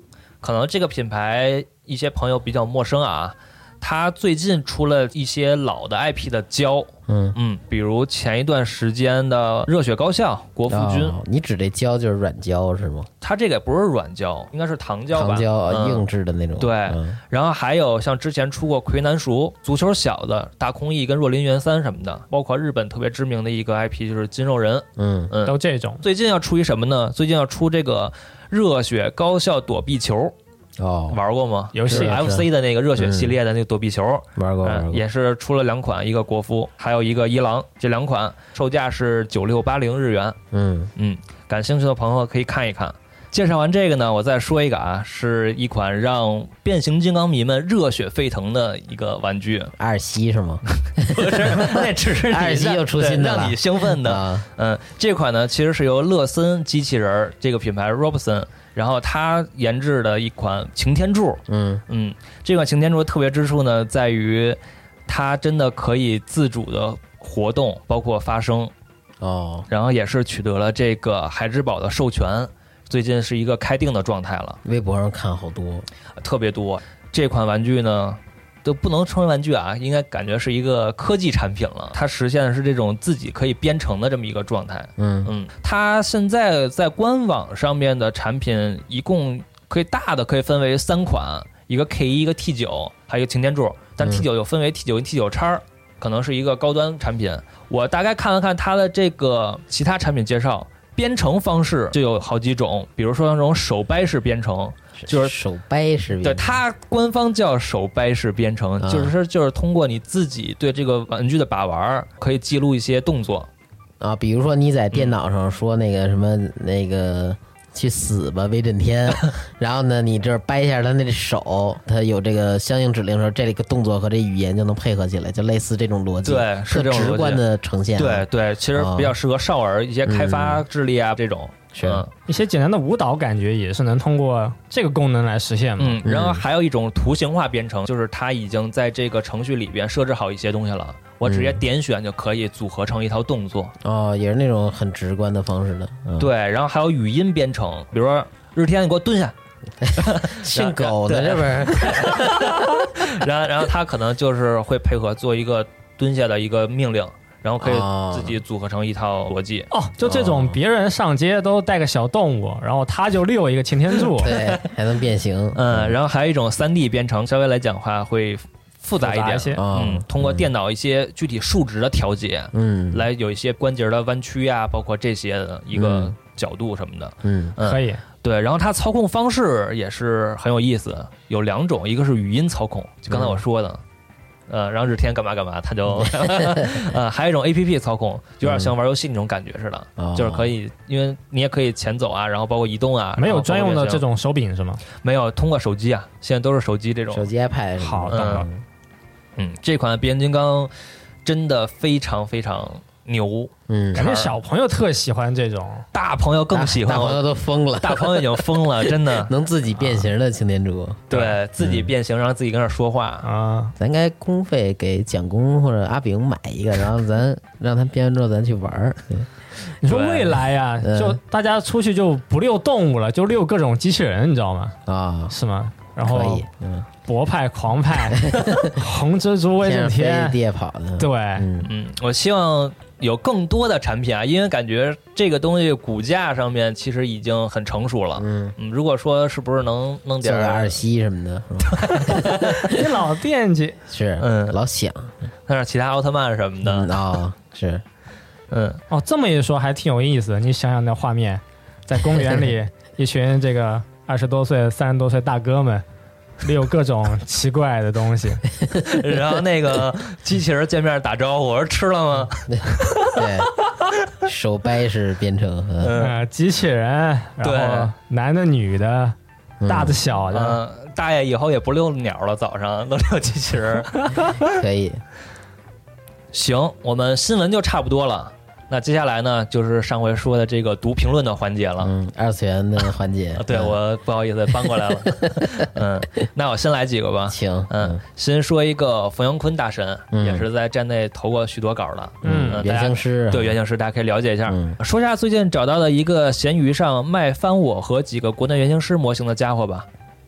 F: 可能这个品牌一些朋友比较陌生啊。他最近出了一些老的 I P 的胶，嗯嗯，比如前一段时间的热血高校、国服君、哦。
H: 你指这胶就是软胶是吗？
F: 它这个不是软胶，应该是糖胶吧？
H: 糖胶、
F: 嗯、
H: 硬质的那种。
F: 对、
H: 嗯，
F: 然后还有像之前出过魁南熟、足球小的大空翼跟若林元三什么的，包括日本特别知名的一个 I P 就是金肉人，
G: 嗯嗯，都这种。
F: 最近要出一什么呢？最近要出这个热血高校躲避球。
H: 哦，
F: 玩过吗？
G: 游戏
F: F C 的那个热血系列的那个躲避球，
H: 嗯、玩过玩过、
F: 嗯，也是出了两款，一个国服，还有一个一郎，这两款售价是九六八零日元。
H: 嗯
F: 嗯，感兴趣的朋友可以看一看。介绍完这个呢，我再说一个啊，是一款让变形金刚迷们热血沸腾的一个玩具。
H: 阿尔西是吗？
F: 不是，那只是
H: 阿尔西又出新的了，
F: 让你兴奋的。啊、嗯，这款呢其实是由乐森机器人这个品牌 Robson。然后它研制的一款擎天柱，
H: 嗯
F: 嗯，这款擎天柱特别之处呢，在于它真的可以自主的活动，包括发声，
H: 哦，
F: 然后也是取得了这个孩之宝的授权，最近是一个开定的状态了。
H: 微博上看好多，
F: 特别多。这款玩具呢，都不能称为玩具啊，应该感觉是一个科技产品了。它实现的是这种自己可以编程的这么一个状态。
H: 嗯
F: 嗯，它现在在官网上面的产品一共可以大的可以分为三款，一个 K 一，一个 T 九，还有一个擎天柱。但 T 九有分为 T 九跟 T 九叉，可能是一个高端产品。我大概看了看它的这个其他产品介绍，编程方式就有好几种，比如说那种手掰式编程。就是
H: 手掰式编程，
F: 对，它官方叫手掰式编程，
H: 啊、
F: 就是就是通过你自己对这个玩具的把玩，可以记录一些动作
H: 啊，比如说你在电脑上说那个什么、嗯、那个去死吧威震天，然后呢你这掰一下他那手，他有这个相应指令的时候，这个动作和这语言就能配合起来，就类似这种逻辑，
F: 对，是这种
H: 直观的呈现、啊，
F: 对对，其实比较适合少儿、一些开发智力啊、
H: 嗯、
F: 这种。
H: 是、
F: 嗯、
G: 一些简单的舞蹈，感觉也是能通过这个功能来实现嘛。
F: 嗯，然后还有一种图形化编程，就是它已经在这个程序里边设置好一些东西了，我直接点选就可以组合成一套动作。
H: 嗯、哦，也是那种很直观的方式的。嗯、
F: 对，然后还有语音编程，比如说日天，你给我蹲下。
H: 姓狗的这边。
F: 然后，然后它可能就是会配合做一个蹲下的一个命令。然后可以自己组合成一套逻辑
G: 哦，就这种别人上街都带个小动物，然后他就遛一个擎天柱，
H: 对，还能变形。
F: 嗯，然后还有一种三 D 编程，稍微来讲的话会复杂一点，
G: 一些
F: 嗯，通过电脑一些具体数值的调节，
H: 嗯，
F: 来有一些关节的弯曲啊，包括这些的一个角度什么的，
H: 嗯，
F: 嗯
G: 可以。
F: 对，然后它操控方式也是很有意思，有两种，一个是语音操控，就刚才我说的。嗯呃，让日天干嘛干嘛，他就呃，还有一种 A P P 操控，就有点像玩游戏那种感觉似的，
H: 嗯、
F: 就是可以，因为你也可以前走啊，然后包括移动啊，
G: 没有专用的这种手柄是吗？
F: 没有，通过手机啊，现在都是手机这种
H: 手机 iPad。
G: 好
F: 的，嗯，嗯，这款变形金刚真的非常非常牛，
H: 嗯，
G: 感觉小朋友特喜欢这种，
F: 大朋友更喜欢，
H: 大朋友都疯了，
F: 大朋友已经疯了，真的
H: 能自己变形的擎天柱，
F: 对自己变形，然后自己跟那说话
G: 啊，
H: 咱该公费给蒋工或者阿炳买一个，然后咱让他变完之后咱去玩。
G: 你说未来呀、啊，就大家出去就不遛动物了，就遛各种机器人，你知道吗？
H: 啊，
G: 是吗？然后
H: 可以，嗯，
G: 博派、狂派、红蜘蛛、威震天、
H: 地跑的，
G: 对，
F: 嗯嗯，我希望有更多的产品啊，因为感觉这个东西骨架上面其实已经很成熟了。
H: 嗯
F: 嗯，如果说是不是能弄点
H: 二二西什么的，
G: 你老惦记
H: 是，
F: 嗯，
H: 老想，
F: 但是其他奥特曼什么的
H: 啊、嗯哦，是，
F: 嗯，
G: 哦，这么一说还挺有意思。你想想那画面，在公园里，一群这个二十多岁、三十多岁大哥们。里有各种奇怪的东西，
F: 然后那个机器人见面打招呼，我说吃了吗？
H: 对，手掰式编程，
G: 嗯、呃，机器人，然后男的、女的、
H: 嗯、
G: 大的、小的、
F: 嗯，大爷以后也不遛鸟了，早上都遛机器人，
H: 可以。
F: 行，我们新闻就差不多了。那接下来呢，就是上回说的这个读评论的环节了，
H: 嗯，二次元的环节。
F: 对，我不好意思搬过来了，嗯，那我先来几个吧，
H: 请，
F: 嗯，先说一个冯阳坤大神，
H: 嗯、
F: 也是在站内投过许多稿的，
H: 嗯，
F: 嗯
H: 原型师，
F: 对原型师，大家可以了解一下。
H: 嗯、
F: 说一下最近找到的一个闲鱼上卖翻我和几个国内原型师模型的家伙吧。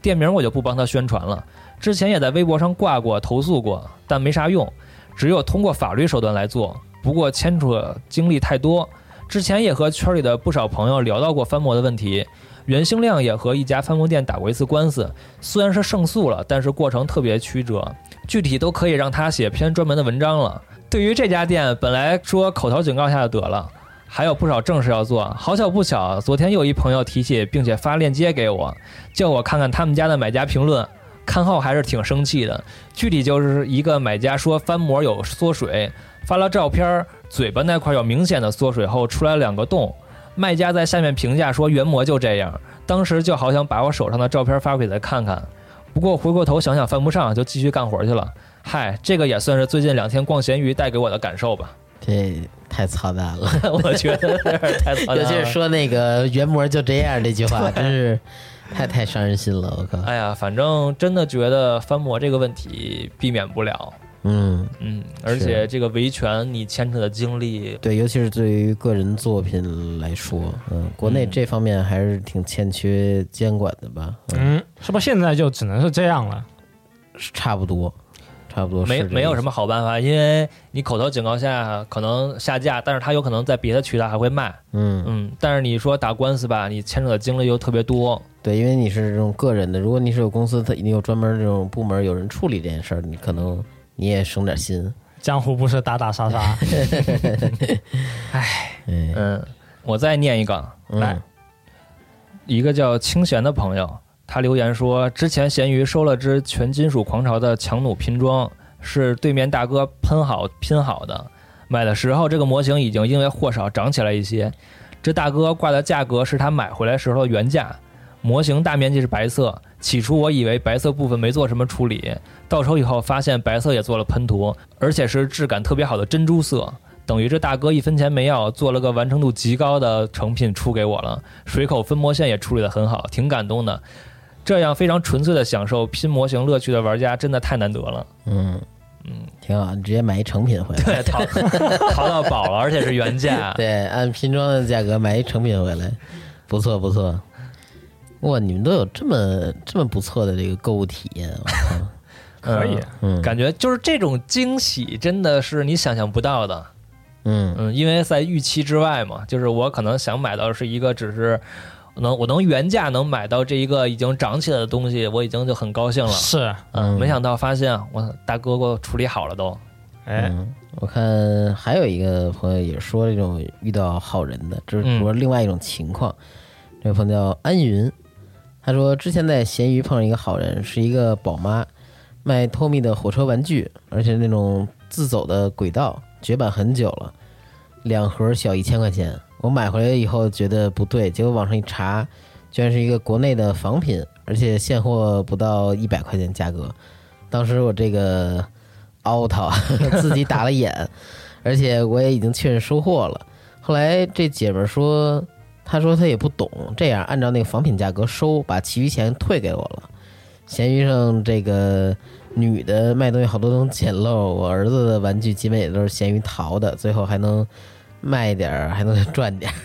F: 店名我就不帮他宣传了，之前也在微博上挂过投诉过，但没啥用，只有通过法律手段来做，不过牵扯精力太多。之前也和圈里的不少朋友聊到过翻模的问题，袁兴亮也和一家翻模店打过一次官司，虽然是胜诉了，但是过程特别曲折，具体都可以让他写篇专门的文章了。对于这家店，本来说口头警告下就得了，还有不少正事要做，好巧不巧，昨天又一朋友提起，并且发链接给我，叫我看看他们家的买家评论，看后还是挺生气的。具体就是一个买家说翻模有缩水，发了照片，嘴巴那块有明显的缩水后出来两个洞，卖家在下面评价说原模就这样，当时就好想把我手上的照片发给他看看，不过回过头想想犯不上，就继续干活去了。嗨，这个也算是最近两天逛闲鱼带给我的感受吧。
H: 这太操蛋了，
F: 我觉得太操蛋了，
H: 尤其是说那个原模就这样这句话，真是太太伤人心了。我靠！
F: 哎呀，反正真的觉得翻模这个问题避免不了。
H: 嗯
F: 嗯，而且这个维权你牵扯的精力，
H: 对，尤其是对于个人作品来说，嗯，国内这方面还是挺欠缺监管的吧？
G: 嗯，是不是现在就只能是这样了？
H: 差不多。差不多
F: 没没有什么好办法，因为你口头警告下可能下架，但是他有可能在别的渠道还会卖，嗯嗯，但是你说打官司吧，你牵扯的精力又特别多，
H: 对，因为你是这种个人的，如果你是有公司，它你有专门这种部门有人处理这件事儿，你可能你也省点心。
G: 江湖不是打打杀杀，
F: 哎，嗯，我再念一个，来，
H: 嗯、
F: 一个叫清闲的朋友。他留言说，之前闲鱼收了只全金属狂潮的强弩拼装，是对面大哥喷好拼好的，买的时候这个模型已经因为货少涨起来一些，这大哥挂的价格是他买回来时候的原价，模型大面积是白色，起初我以为白色部分没做什么处理，到手以后发现白色也做了喷涂，而且是质感特别好的珍珠色，等于这大哥一分钱没要，做了个完成度极高的成品出给我了，水口分模线也处理得很好，挺感动的。这样非常纯粹的享受拼模型乐趣的玩家真的太难得了。
H: 嗯嗯，挺好，你直接买一成品回来，
F: 对，淘淘到宝了，而且是原价。
H: 对，按拼装的价格买一成品回来，不错不错。哇，你们都有这么这么不错的这个购物体验，我靠，
G: 可以，
F: 嗯，感觉就是这种惊喜真的是你想象不到的。
H: 嗯
F: 嗯，因为在预期之外嘛，就是我可能想买到是一个只是。能我能原价能买到这一个已经涨起来的东西，我已经就很高兴了。
G: 是，
F: 嗯，没想到发现我大哥给我处理好了都。
G: 哎、
H: 嗯，我看还有一个朋友也说这种遇到好人的，这是说另外一种情况。嗯、这位朋友叫安云，他说之前在闲鱼碰上一个好人，是一个宝妈，卖托米的火车玩具，而且那种自走的轨道，绝版很久了，两盒小一千块钱。我买回来以后觉得不对，结果网上一查，居然是一个国内的仿品，而且现货不到一百块钱价格。当时我这个凹套自己打了眼，而且我也已经确认收货了。后来这姐们说，她说她也不懂，这样按照那个仿品价格收，把其余钱退给我了。闲鱼上这个女的卖东西好多能捡漏，我儿子的玩具基本也都是闲鱼淘的，最后还能卖点还能赚点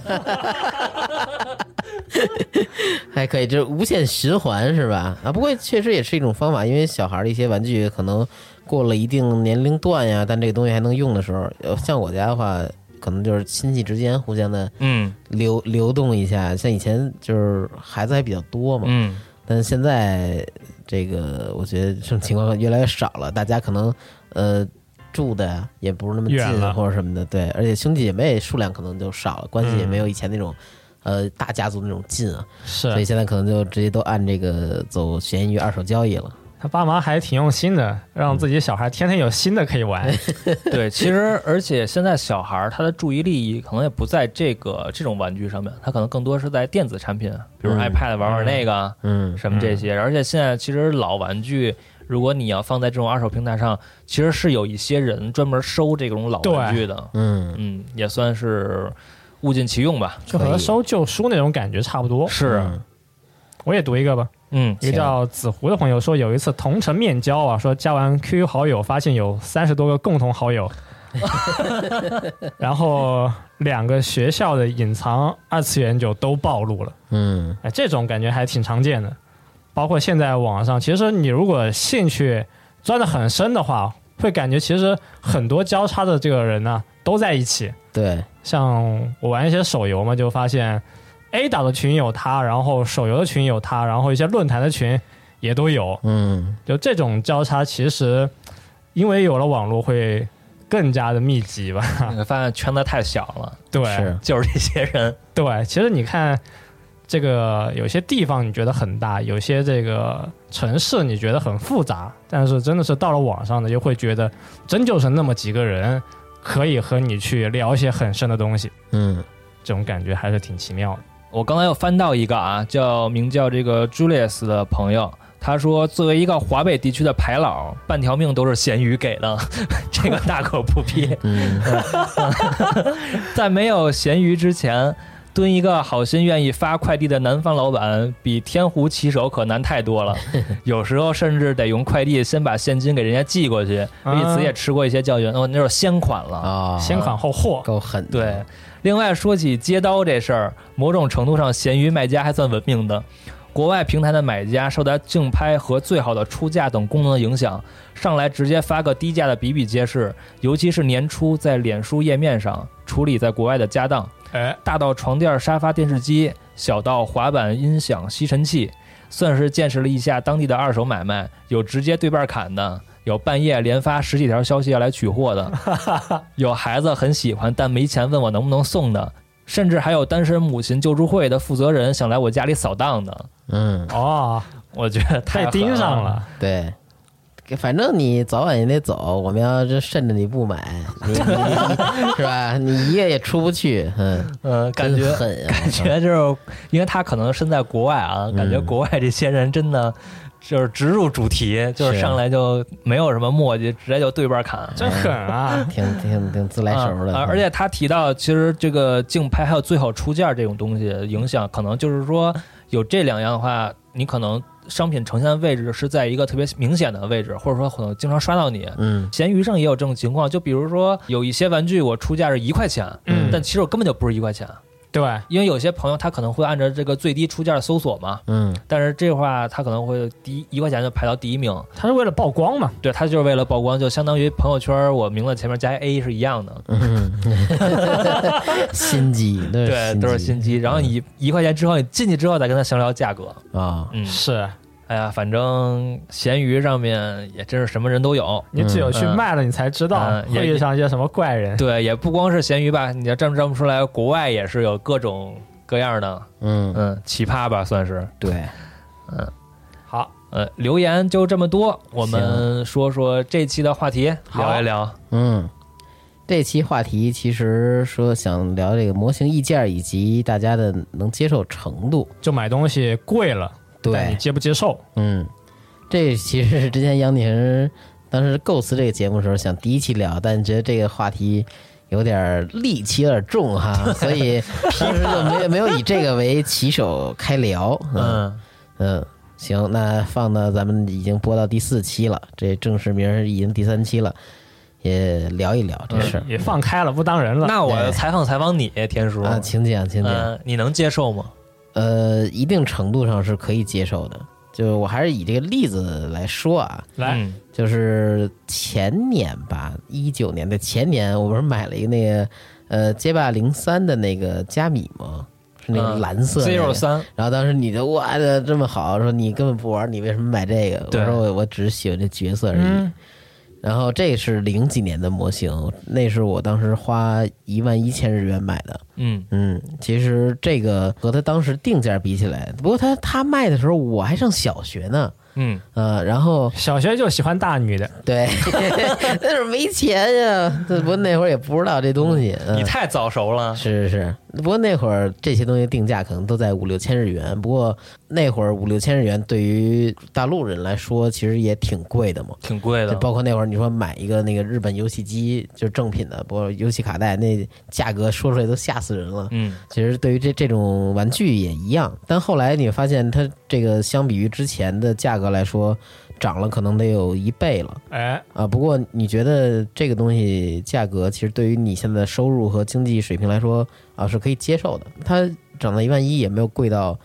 H: 还可以，就是无限循环是吧？啊，不过确实也是一种方法，因为小孩的一些玩具可能过了一定年龄段呀，但这个东西还能用的时候，像我家的话，可能就是亲戚之间互相的嗯流流动一下。像以前就是孩子还比较多嘛，嗯，但现在这个我觉得这种情况越来越少了，大家可能呃。住的也不是那么近或者什么的，对，而且兄弟姐妹数量可能就少了，关系也没有以前那种、嗯、呃大家族那种近啊，
G: 是，
H: 所以现在可能就直接都按这个走闲鱼二手交易了。
G: 他爸妈还挺用心的，让自己小孩天天有新的可以玩。
F: 对，其实而且现在小孩他的注意力可能也不在这个这种玩具上面，他可能更多是在电子产品，比如 iPad 玩玩那个，嗯，什么这些。嗯、而且现在其实老玩具，如果你要放在这种二手平台上，其实是有一些人专门收这种老玩具的，嗯嗯，也算是物尽其用吧，
G: 就和收旧书那种感觉差不多。
F: 是，
H: 嗯、
G: 我也读一个吧。嗯，一个叫紫湖的朋友说，有一次同城面交啊，说加完 Q Q 好友，发现有三十多个共同好友，然后两个学校的隐藏二次元就都暴露了。嗯，哎，这种感觉还挺常见的。 包括现在网上，其实你如果兴趣钻得很深的话，会感觉其实很多交叉的这个人呢都在一起。
H: 对，
G: 像我玩一些手游嘛，就发现 A 岛的群有他，然后手游的群有他，然后一些论坛的群也都有。
H: 嗯，
G: 就这种交叉，其实因为有了网络会更加的密集吧。
F: 你发现圈子太小了，
G: 对，
F: 就是这些人。
G: 对，其实你看这个有些地方你觉得很大，有些这个城市你觉得很复杂，但是真的是到了网上呢，就会觉得真就是那么几个人可以和你去聊一些很深的东西。
H: 嗯，
G: 这种感觉还是挺奇妙的。
F: 我刚才又翻到一个啊，叫名叫这个 Julius 的朋友，他说作为一个华北地区的牌老，半条命都是咸鱼给的，这个大可不必。
H: 嗯，
F: 在没有咸鱼之前，蹲一个好心愿意发快递的南方老板，比天胡骑手可难太多了。有时候甚至得用快递先把现金给人家寄过去，为此也吃过一些教训。哦，那就是先款了
H: 啊，
G: 先款后货，
H: 够狠的。
F: 对，另外说起接刀这事儿，某种程度上，闲鱼卖家还算文明的。国外平台的买家受到竞拍和最好的出价等功能的影响，上来直接发个低价的比比皆是，尤其是年初在脸书页面上处理在国外的家当，
G: 哎，
F: 大到床垫、沙发、电视机，小到滑板、音响、吸尘器，算是见识了一下当地的二手买卖。有直接对半砍的，有半夜连发十几条消息要来取货的，有孩子很喜欢但没钱问我能不能送的，甚至还有单身母亲救助会的负责人想来我家里扫荡的。
H: 嗯，
G: 哦，
F: 我觉得太
G: 被盯上了。
H: 对，反正你早晚也得走，我们要是慎着你不买，你你是吧？你一个也出不去。嗯
F: 嗯，感觉
H: 狠啊，
F: 感觉就是因为他可能身在国外啊，
H: 嗯、
F: 感觉国外这些人真的就是直入主题，就是上来就没有什么墨迹，直接就对半砍，
G: 真狠啊！
H: 挺挺挺自来熟的、
F: 啊。而且他提到，其实这个竞拍还有最好出价这种东西影响，可能就是说有这两样的话，你可能商品呈现的位置是在一个特别明显的位置，或者说可能经常刷到你。
H: 嗯，
F: 闲鱼上也有这种情况，就比如说有一些玩具我出价是一块钱，
G: 嗯，
F: 但其实我根本就不是一块钱。
G: 对，
F: 因为有些朋友他可能会按照这个最低出价搜索嘛，
H: 嗯，
F: 但是这话他可能会第一一块钱就排到第一名，
G: 他是为了曝光嘛？
F: 对，他就是为了曝光，就相当于朋友圈我名字前面加 A 是一样的，
H: 嗯，心机，
F: 对，都是心机。然后你一块钱之后，你进去之后再跟他详聊价格
H: 啊，
F: 嗯，
G: 是。
F: 哎呀，反正闲鱼上面也真是什么人都有，
G: 你只有去卖了，你才知道会遇上一些什么怪人。
F: 对，也不光是闲鱼吧，你要这么这么说来，国外也是有各种各样的，
H: 嗯
F: 嗯，奇葩吧，算是。
H: 对，
F: 嗯，
G: 好，
F: 呃，留言就这么多，我们说说这期的话题，聊一聊。
H: 嗯，这期话题其实说想聊这个模型溢价以及大家的能接受程度，
G: 就买东西贵了。
H: 对，
G: 你接不接受？
H: 嗯，这其实是之前杨婷当时构思这个节目的时候想第一期聊，但觉得这个话题有点戾气有点重哈，所以当时就没有没有以这个为起手开聊。嗯嗯，行，那放到咱们已经播到第四期了，这正式名已经第三期了，也聊一聊这事儿、
G: 嗯，也放开了，不当人了。
F: 那我采访采访你，田叔
H: 啊，请讲，请讲、
F: 呃，你能接受吗？
H: 呃，一定程度上是可以接受的。就我还是以这个例子来说啊，
G: 来，
H: 就是前年吧，一九年的前年，我不是买了一个那个呃街霸零三的那个加米吗？是那个蓝色、那个、
F: Zero 三。
H: 然后当时你就哇的这么好，说你根本不玩，你为什么买这个？我说我我只是喜欢这角色而已。嗯，然后这是零几年的模型，那是我当时花一万一千日元买的。
F: 嗯
H: 嗯，其实这个和他当时定价比起来，不过他他卖的时候我还上小学呢。
F: 嗯
H: 呃，然后
G: 小学就喜欢大女的，
H: 对，那时候没钱呀，不过那会儿也不知道这东西。嗯、
F: 你太早熟了。
H: 是是是，不过那会儿这些东西定价可能都在五六千日元，不过那会儿五六千日元对于大陆人来说其实也挺贵的嘛，
F: 挺贵的。
H: 包括那会儿你说买一个那个日本游戏机，就是正品的，不过游戏卡带那价格说出来都吓死人了。
F: 嗯，
H: 其实对于这这种玩具也一样，但后来你发现它这个相比于之前的价格来说，涨了可能得有一倍了。
G: 哎
H: 啊，不过你觉得这个东西价格其实对于你现在的收入和经济水平来说啊是可以接受的，它涨到一万一也没有贵到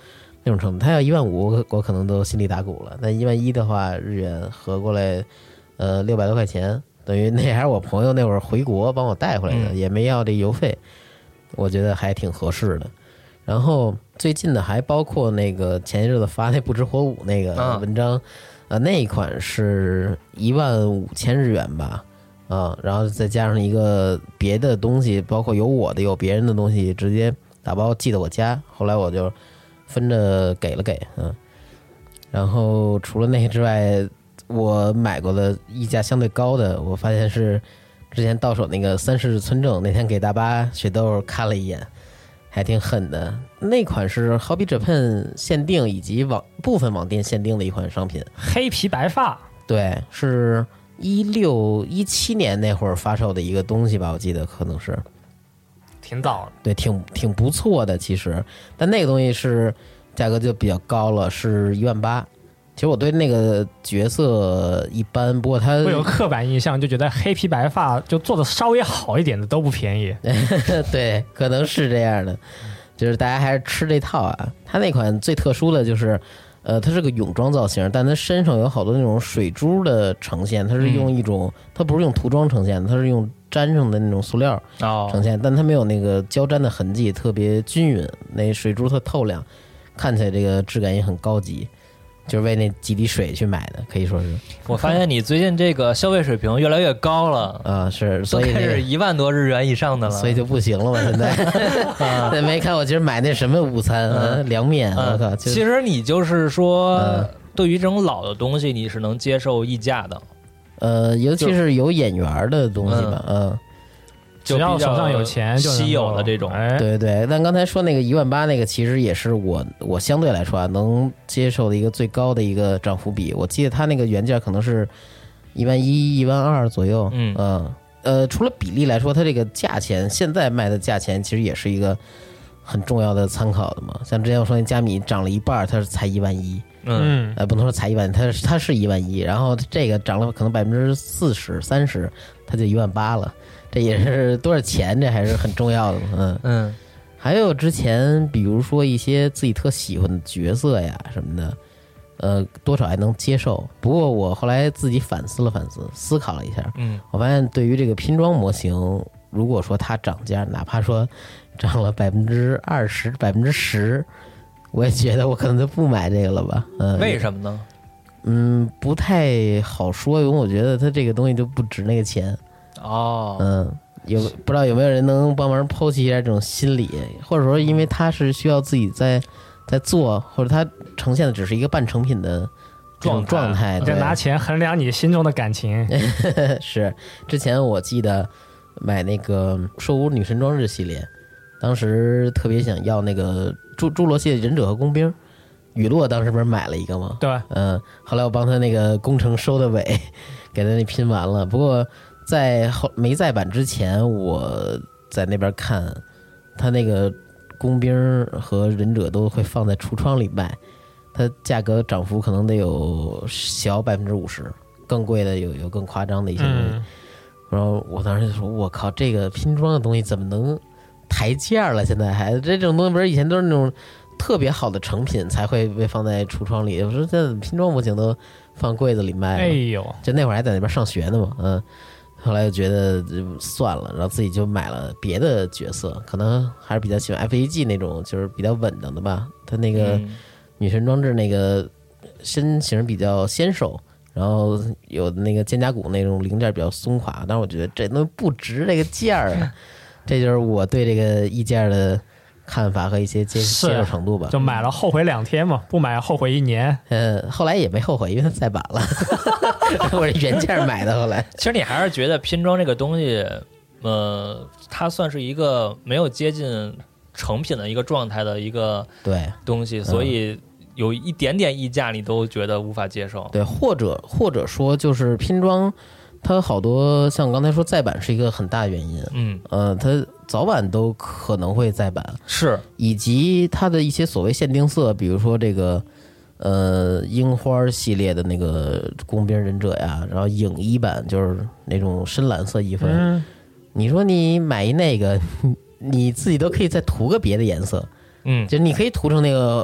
H: 那种程度。他要一万五，我可能都心里打鼓了。那一万一的话，日元合过来，呃，六百多块钱，等于那还是我朋友那会儿回国帮我带回来的，嗯、也没要这邮费，我觉得还挺合适的。然后最近的还包括那个前一阵子发那不知火舞那个文章，啊、呃，那一款是一万五千日元吧，啊，然后再加上一个别的东西，包括有我的有别人的东西，直接打包寄到我家，后来我就分着给了给，嗯。然后除了那个之外，我买过的溢价相对高的，我发现是之前到手那个三世村正，那天给大巴雪豆看了一眼。还挺狠的，那款是 Hobby Japan 限定以及网部分网店限定的一款商品，
G: 黑皮白发，
H: 对，是一六一七年那会儿发售的一个东西吧，我记得可能是
G: 挺早的，
H: 对，挺挺不错的其实，但那个东西是价格就比较高了，是一万八。其实我对那个角色一般，不过他
G: 会有刻板印象，就觉得黑皮白发就做的稍微好一点的都不便宜。
H: 对，可能是这样的，就是大家还是吃这套啊。他那款最特殊的就是，呃，它是个泳装造型，但它身上有好多那种水珠的呈现，它是用一种，嗯、它不是用涂装呈现的，它是用粘上的那种塑料呈现，哦、但它没有那个胶粘的痕迹，特别均匀，那水珠特透亮，看起来这个质感也很高级。就是为那几滴水去买的，可以说是。
F: 我发现你最近这个消费水平越来越高了
H: 啊，是，所以
F: 开始一万多日元以上的了，
H: 所以就不行了嘛，现在。啊，没看我今儿买那什么午餐啊，凉面，我靠！
F: 其实你就是说，对于这种老的东西，你是能接受溢价的。
H: 呃，尤其是有眼缘的东西吧，嗯。
G: 只要手上有钱就
F: 稀有的这种，
H: 哎、对对。但刚才说那个一万八那个，其实也是我我相对来说啊能接受的一个最高的一个涨幅比。我记得它那个原价可能是一万一、一万二左右。嗯呃呃，除了比例来说，它这个价钱现在卖的价钱其实也是一个很重要的参考的嘛。像之前我说那加米涨了一半，它是才一万一。嗯，呃，不能说才一万，它是它是一万一，然后这个涨了可能百分之四十、三十，它就一万八了。这也是多少钱，这还是很重要的。嗯嗯，还有之前比如说一些自己特喜欢的角色呀什么的，呃，多少还能接受。不过我后来自己反思了反思，思考了一下，嗯，我发现对于这个拼装模型，如果说它涨价，哪怕说涨了百分之二十、百分之十，我也觉得我可能就不买这个了吧。嗯，
F: 为什么呢？
H: 嗯，不太好说，因为我觉得它这个东西就不值那个钱。哦，嗯，有不知道有没有人能帮忙剖析一下这种心理，或者说因为他是需要自己在在做，或者他呈现的只是一个半成品的这种状态，
G: 就拿钱衡量你心中的感情。
H: 是，之前我记得买那个兽屋女神装日系列，当时特别想要那个侏侏罗系的忍者和工兵。雨落当时不是买了一个吗？
G: 对，
H: 嗯，后来我帮他那个工程收的尾，给他那拼完了。不过在后没再版之前，我在那边看，他那个工兵和忍者都会放在橱窗里卖，它价格涨幅可能得有小百分之五十，更贵的有有更夸张的一些东西。嗯、然后我当时就说：“我靠，这个拼装的东西怎么能抬价了？现在还这种东西不是以前都是那种。”特别好的成品才会被放在橱窗里，我说这拼装模型都放柜子里卖了。
G: 哎呦，
H: 就那会儿还在那边上学呢嘛，嗯，后来就觉得就算了，然后自己就买了别的角色，可能还是比较喜欢 F A G 那种，就是比较稳当的吧。他那个女神装置那个身形比较纤瘦，然后有那个肩胛骨那种零件比较松垮，但是我觉得这东西不值这个价儿啊，这就是我对这个溢价的。看法和一些接接受程度吧，
G: 就买了后悔两天嘛，不买后悔一年。
H: 呃，后来也没后悔，因为它再版了，我是原价买的。后来，
F: 其实你还是觉得拼装这个东西，呃，它算是一个没有接近成品的一个状态的一个
H: 对
F: 东西，所以有一点点溢价，你都觉得无法接受。
H: 对，或者或者说就是拼装。它好多像我刚才说再版是一个很大的原因，嗯，呃，它早晚都可能会再版，
F: 是，
H: 以及它的一些所谓限定色，比如说这个呃樱花系列的那个工兵忍者呀，然后影衣版就是那种深蓝色衣服，嗯，你说你买一那个，你自己都可以再涂个别的颜色，嗯，就你可以涂成那个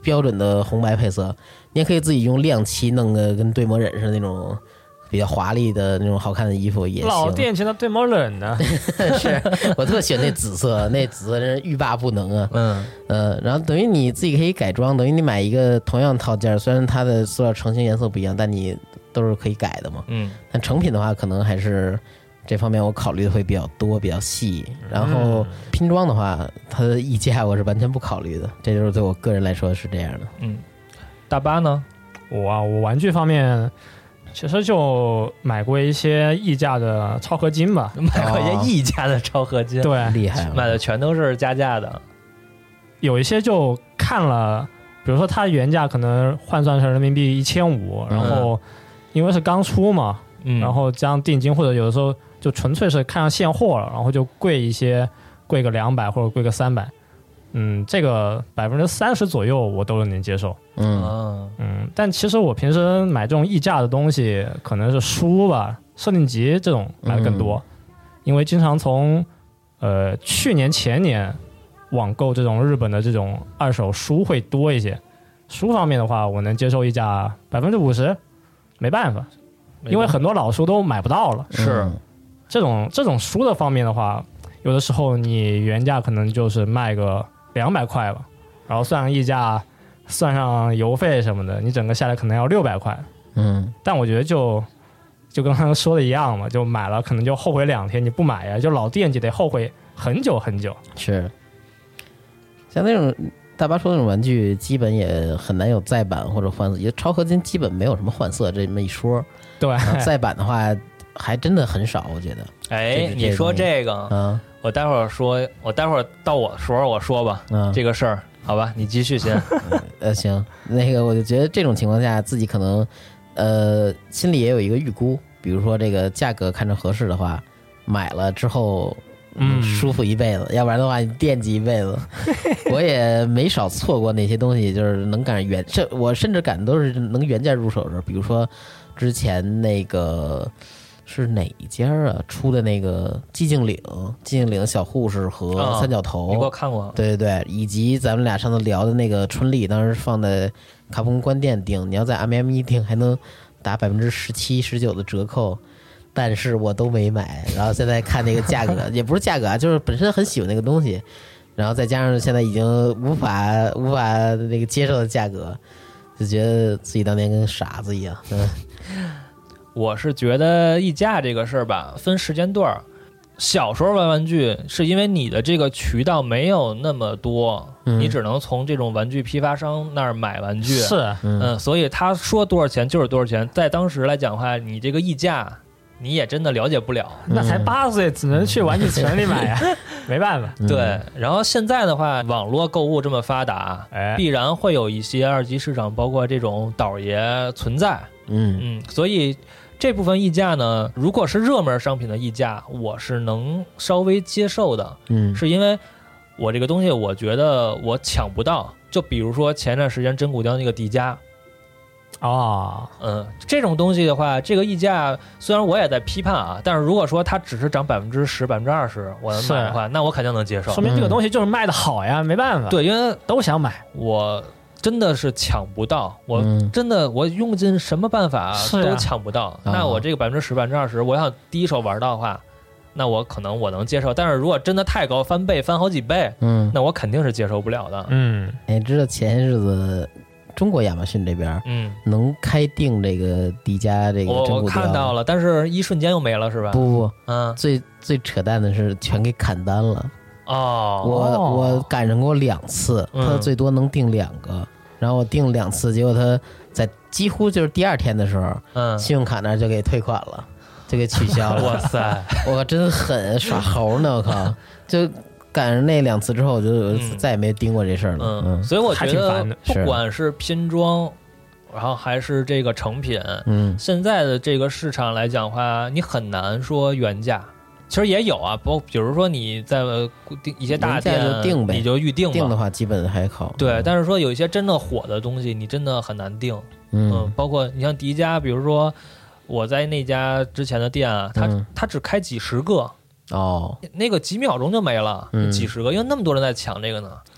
H: 标准的红白配色，你也可以自己用亮漆弄个跟对魔忍似的那种比较华丽的那种好看的衣服也行。
G: 老店前的对魔忍呢？
H: 是我特喜欢那紫色，那紫色真是欲罢不能啊。
F: 嗯
H: 呃，然后等于你自己可以改装，等于你买一个同样套件，虽然它的塑料成型颜色不一样，但你都是可以改的嘛。
F: 嗯，
H: 但成品的话，可能还是。这方面我考虑的会比较多，比较细。然后拼装的话，它的溢价我是完全不考虑的，这就是对我个人来说是这样的。
F: 嗯，大巴呢？
G: 我啊，我玩具方面其实就买过一些溢价的超合金吧，
F: 买过一些溢价的超合金，
G: 对，
H: 厉害了，
F: 买的全都是加价的。
G: 有一些就看了，比如说它原价可能换算成人民币一千五，然后因为是刚出嘛，
F: 嗯，
G: 然后加上定金，或者有的时候。就纯粹是看上现货了，然后就贵一些，贵个两百或者贵个三百，嗯，这个百分之三十左右我都能接受，
H: 嗯
G: 嗯，但其实我平时买这种溢价的东西，可能是书吧、设定集这种买的更多，嗯、因为经常从呃去年前年网购这种日本的这种二手书会多一些，书方面的话，我能接受溢价百分之五十，没办法，因为很多老书都买不到了，
F: 是。
H: 嗯
G: 这种这种书的方面的话，有的时候你原价可能就是卖个两百块吧，然后算上溢价，算上邮费什么的，你整个下来可能要六百块。
H: 嗯，
G: 但我觉得就就跟刚刚说的一样嘛，就买了可能就后悔两天，你不买呀，就老惦记得后悔很久很久。
H: 是，像那种大巴说那种玩具，基本也很难有再版或者换色，也超合金基本没有什么换色这么一说。
G: 对，
H: 再版的话。还真的很少，我觉得。
F: 哎，你说这个，
H: 嗯，
F: 我待会儿说，我待会儿到我的时候我说吧，嗯，这个事儿，好吧，你继续先。
H: 呃，行，那个我就觉得这种情况下，自己可能，呃，心里也有一个预估，比如说这个价格看着合适的话，买了之后，嗯，舒服一辈子，要不然的话你惦记一辈子。我也没少错过那些东西，就是能赶上原，这我甚至赶都是能原价入手的，比如说之前那个。是哪一家啊？出的那个寂静岭，寂静岭小护士和三角头，
F: 哦、你给我看过？
H: 对对对，以及咱们俩上次聊的那个春丽，当时放在卡普空关店订，你要在 M M 一订还能打百分之十七、十九的折扣，但是我都没买。然后现在看那个价格，也不是价格啊，就是本身很喜欢那个东西，然后再加上现在已经无法无法那个接受的价格，就觉得自己当年跟傻子一样。嗯。
F: 我是觉得溢价这个事儿吧，分时间段。小时候玩玩具是因为你的这个渠道没有那么多，嗯、你只能从这种玩具批发商那儿买玩具。
G: 是，
F: 嗯，嗯，所以他说多少钱就是多少钱。在当时来讲的话，你这个溢价你也真的了解不了。
G: 那才八岁，只能去玩具城里买呀，没办法。
F: 对，然后现在的话，网络购物这么发达，哎，必然会有一些二级市场，包括这种倒爷存在。
H: 嗯
F: 嗯，所以。这部分溢价呢，如果是热门商品的溢价，我是能稍微接受的。
H: 嗯，
F: 是因为我这个东西，我觉得我抢不到。就比如说前段时间真骨雕那个迪迦，
G: 啊，
F: 嗯，这种东西的话，这个溢价虽然我也在批判啊，但是如果说它只是涨百分之十、百分之二十，我能买的话，那我肯定能接受。
G: 说明这个东西就是卖的好呀，嗯、没办法。
F: 对，因为
G: 都想买，
F: 我。真的是抢不到，我真的我用尽什么办法都抢不到。
G: 嗯啊、
F: 那我这个百分之十、百分之二十，我想第一手玩到的话，那我可能我能接受。但是如果真的太高，翻倍、翻好几倍，
H: 嗯，
F: 那我肯定是接受不了的。
G: 嗯，
H: 哎，知道前些日子中国亚马逊这边，
F: 嗯，
H: 能开订这个迪迦这个真骨雕，
F: 我看到了，但是一瞬间又没了，是吧？
H: 不不，
F: 嗯，
H: 最最扯淡的是全给砍单了。
F: 哦，
H: 我我赶上过两次，
F: 嗯、
H: 他最多能订两个。然后我订了两次，结果他在几乎就是第二天的时候，
F: 嗯，
H: 信用卡那就给退款了，就给取消了。
F: 哇塞，
H: 我真狠，耍猴呢！我靠，就赶上那两次之后，我就再也没盯过这事儿了。
F: 嗯，嗯所以我觉得不管是拼装，然后还是这个成品，
H: 嗯，
F: 现在的这个市场来讲的话，你很难说原价。其实也有啊，包比如说你在一些大店
H: 就定呗，
F: 你就预定吧。
H: 定的话基本还好。
F: 对，嗯、但是说有一些真的火的东西，你真的很难定。
H: 嗯，
F: 嗯包括你像迪迦，比如说我在那家之前的店啊，它、嗯、它只开几十个
H: 哦，
F: 那个几秒钟就没了，
H: 嗯、
F: 几十个，因为那么多人在抢这个呢。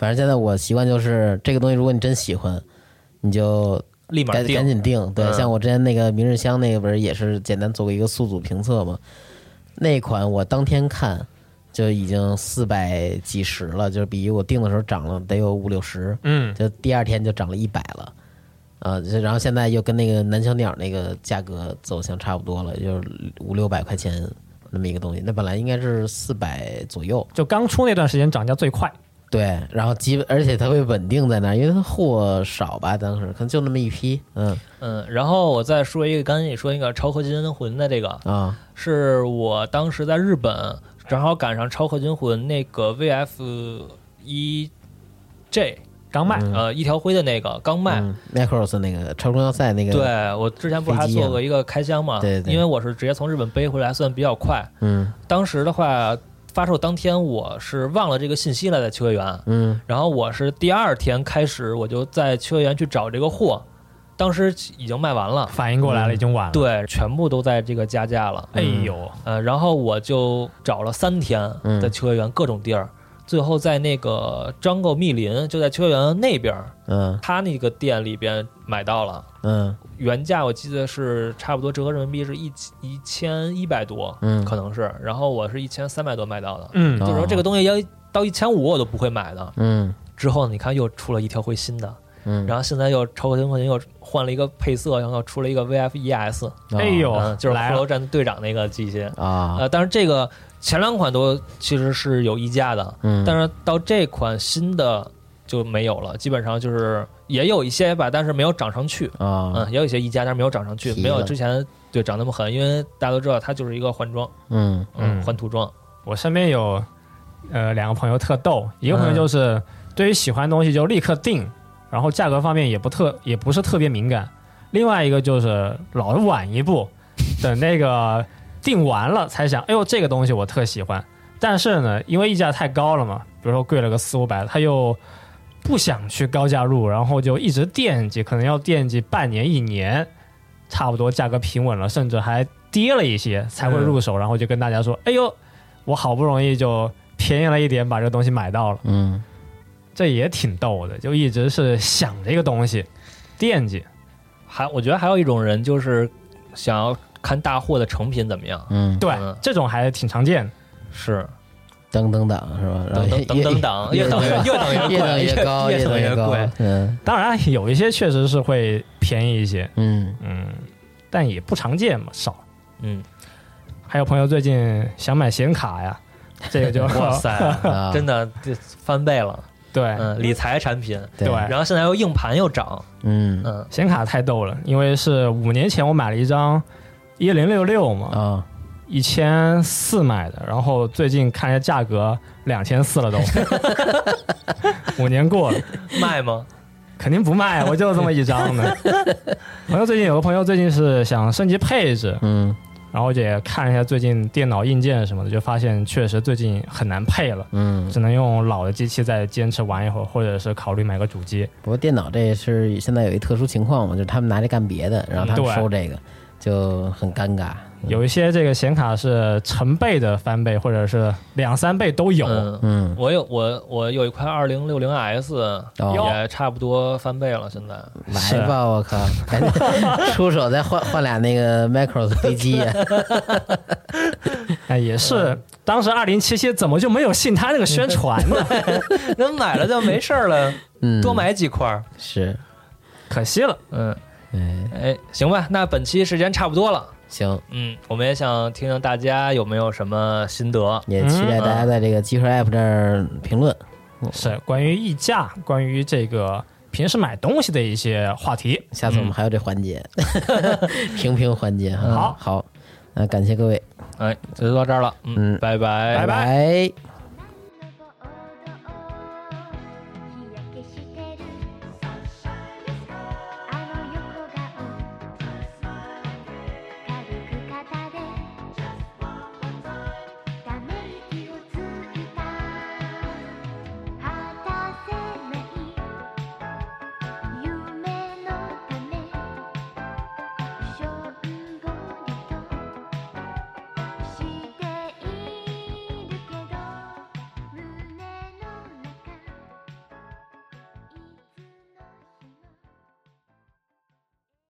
H: 反正现在我习惯就是这个东西，如果你真喜欢，你就
F: 立马定
H: 赶紧定。对、
F: 嗯，
H: 像我之前那个明日香那个不是也是简单做过一个宿组评测嘛，那款我当天看就已经四百几十了，就是比我定的时候涨了得有五六十，
G: 嗯，
H: 就第二天就涨了一百了。啊、呃，然后现在又跟那个南小鸟那个价格走向差不多了，就是五六百块钱那么一个东西。那本来应该是四百左右，
G: 就刚出那段时间涨价最快。
H: 对，然后基本而且它会稳定在那儿，因为它货少吧，当时可能就那么一批。嗯
F: 嗯，然后我再说一个，刚才你说那个超合金魂的这个
H: 啊，
F: 是我当时在日本正好赶上超合金魂那个 V F 一 J。
G: 刚卖、
H: 嗯、
F: 呃，一条灰的那个刚卖、
H: 嗯、，Macross 那个超重要赛那个，
F: 对我之前不是还做过一个开箱嘛？
H: 对对，
F: 因为我是直接从日本背回来，还算比较快。
H: 嗯，
F: 当时的话，发售当天我是忘了这个信息了，在秋叶原。
H: 嗯，
F: 然后我是第二天开始，我就在秋叶原去找这个货，当时已经卖完了，
G: 反应过来了，已经晚了。
F: 对，全部都在这个加价了。
G: 哎呦，
F: 呃，然后我就找了三天，在秋叶原各种地儿。嗯，最后在那个张购密林，就在秋叶原那边，
H: 嗯，
F: 他那个店里边买到了，
H: 嗯，
F: 原价我记得是差不多折合人民币是一一千一百多，
H: 嗯，
F: 可能是，然后我是一千三百多买到的，
G: 嗯，
F: 就是说这个东西要到一千五我都不会买的，
H: 嗯，
F: 之后你看又出了一条灰新的，
H: 嗯，
F: 然后现在又超合金魂又换了一个配色，然后又出了一个 V F E S，
G: 哎呦，
F: 嗯，就是骷髅战队长那个机械
H: 啊，
F: 呃，但是这个。前两款都其实是有溢价的，
H: 嗯，
F: 但是到这款新的就没有了，基本上就是也有一些吧，但是没有涨上去
H: 啊，
F: 嗯，也有一些溢价，但是没有涨上去，没有之前对涨那么狠，因为大家都知道它就是一个换装，
H: 嗯
F: 嗯，换涂装。
G: 我身边有呃两个朋友特逗，一个朋友就是对于喜欢的东西就立刻定，然后价格方面也不特也不是特别敏感，另外一个就是老晚一步，等那个。定完了才想，哎呦，这个东西我特喜欢，但是呢，因为溢价太高了嘛，比如说贵了个四五百，他又不想去高价入，然后就一直惦记，可能要惦记半年一年，差不多价格平稳了，甚至还跌了一些才会入手，嗯、然后就跟大家说，哎呦，我好不容易就便宜了一点，把这个东西买到了，
H: 嗯，
G: 这也挺逗的，就一直是想这个东西，惦记。
F: 还我觉得还有一种人就是想要。看大货的成品怎么样？
H: 嗯，
G: 对，嗯、这种还挺常见的。
F: 是，
H: 等等等是吧？
F: 等等等等等，越等越越等
H: 越等越高，
F: 越等越贵。
H: 嗯，
G: 当然有一些确实是会便宜一些，
H: 嗯
G: 嗯，但也不常见嘛，少。
F: 嗯，
G: 还有朋友最近想买显卡呀，这个就
F: 哇塞，真的这翻倍了。
G: 对，
F: 嗯，理财产品，
G: 对，
F: 然后现在又硬盘又涨，
H: 嗯
F: 嗯，
G: 显卡太逗了，因为是五年前我买了一张。一零六六嘛，
H: 啊，
G: 一千四买的，然后最近看一下价格，两千四了都，五年过了，
F: 卖吗？
G: 肯定不卖，我就这么一张的。朋友最近有个朋友最近是想升级配置，
H: 嗯，
G: 然后也看了一下最近电脑硬件什么的，就发现确实最近很难配了，
H: 嗯，
G: 只能用老的机器再坚持玩一会儿，或者是考虑买个主机。
H: 不过电脑这是现在有一特殊情况嘛，就是他们拿着干别的，然后他们收这个。就很尴尬，
G: 有一些这个显卡是成倍的翻倍，或者是两三倍都有。
F: 嗯，嗯我有我我有一块二零六零 S，、哦、也差不多翻倍了。现在
H: 来吧，我靠，赶紧出手再换换俩那个 Macross 飞机。
G: 哎，也是，嗯、当时二零七七怎么就没有信他那个宣传呢？
F: 那买了就没事了，
H: 嗯，
F: 多买几块
H: 是，
G: 可惜了，
F: 嗯。哎，行吧，那本期时间差不多了。
H: 行，
F: 嗯，我们也想听听大家有没有什么心得，
H: 也期待大家在这个集合 App 这儿评论，
G: 嗯、是关于溢价，关于这个平时买东西的一些话题。
H: 下次我们还有这环节，嗯、评评环节哈。
G: 好，
H: 好，那感谢各位，
F: 哎，这就到这儿了，嗯，
H: 嗯，
F: 拜拜，
G: 拜拜。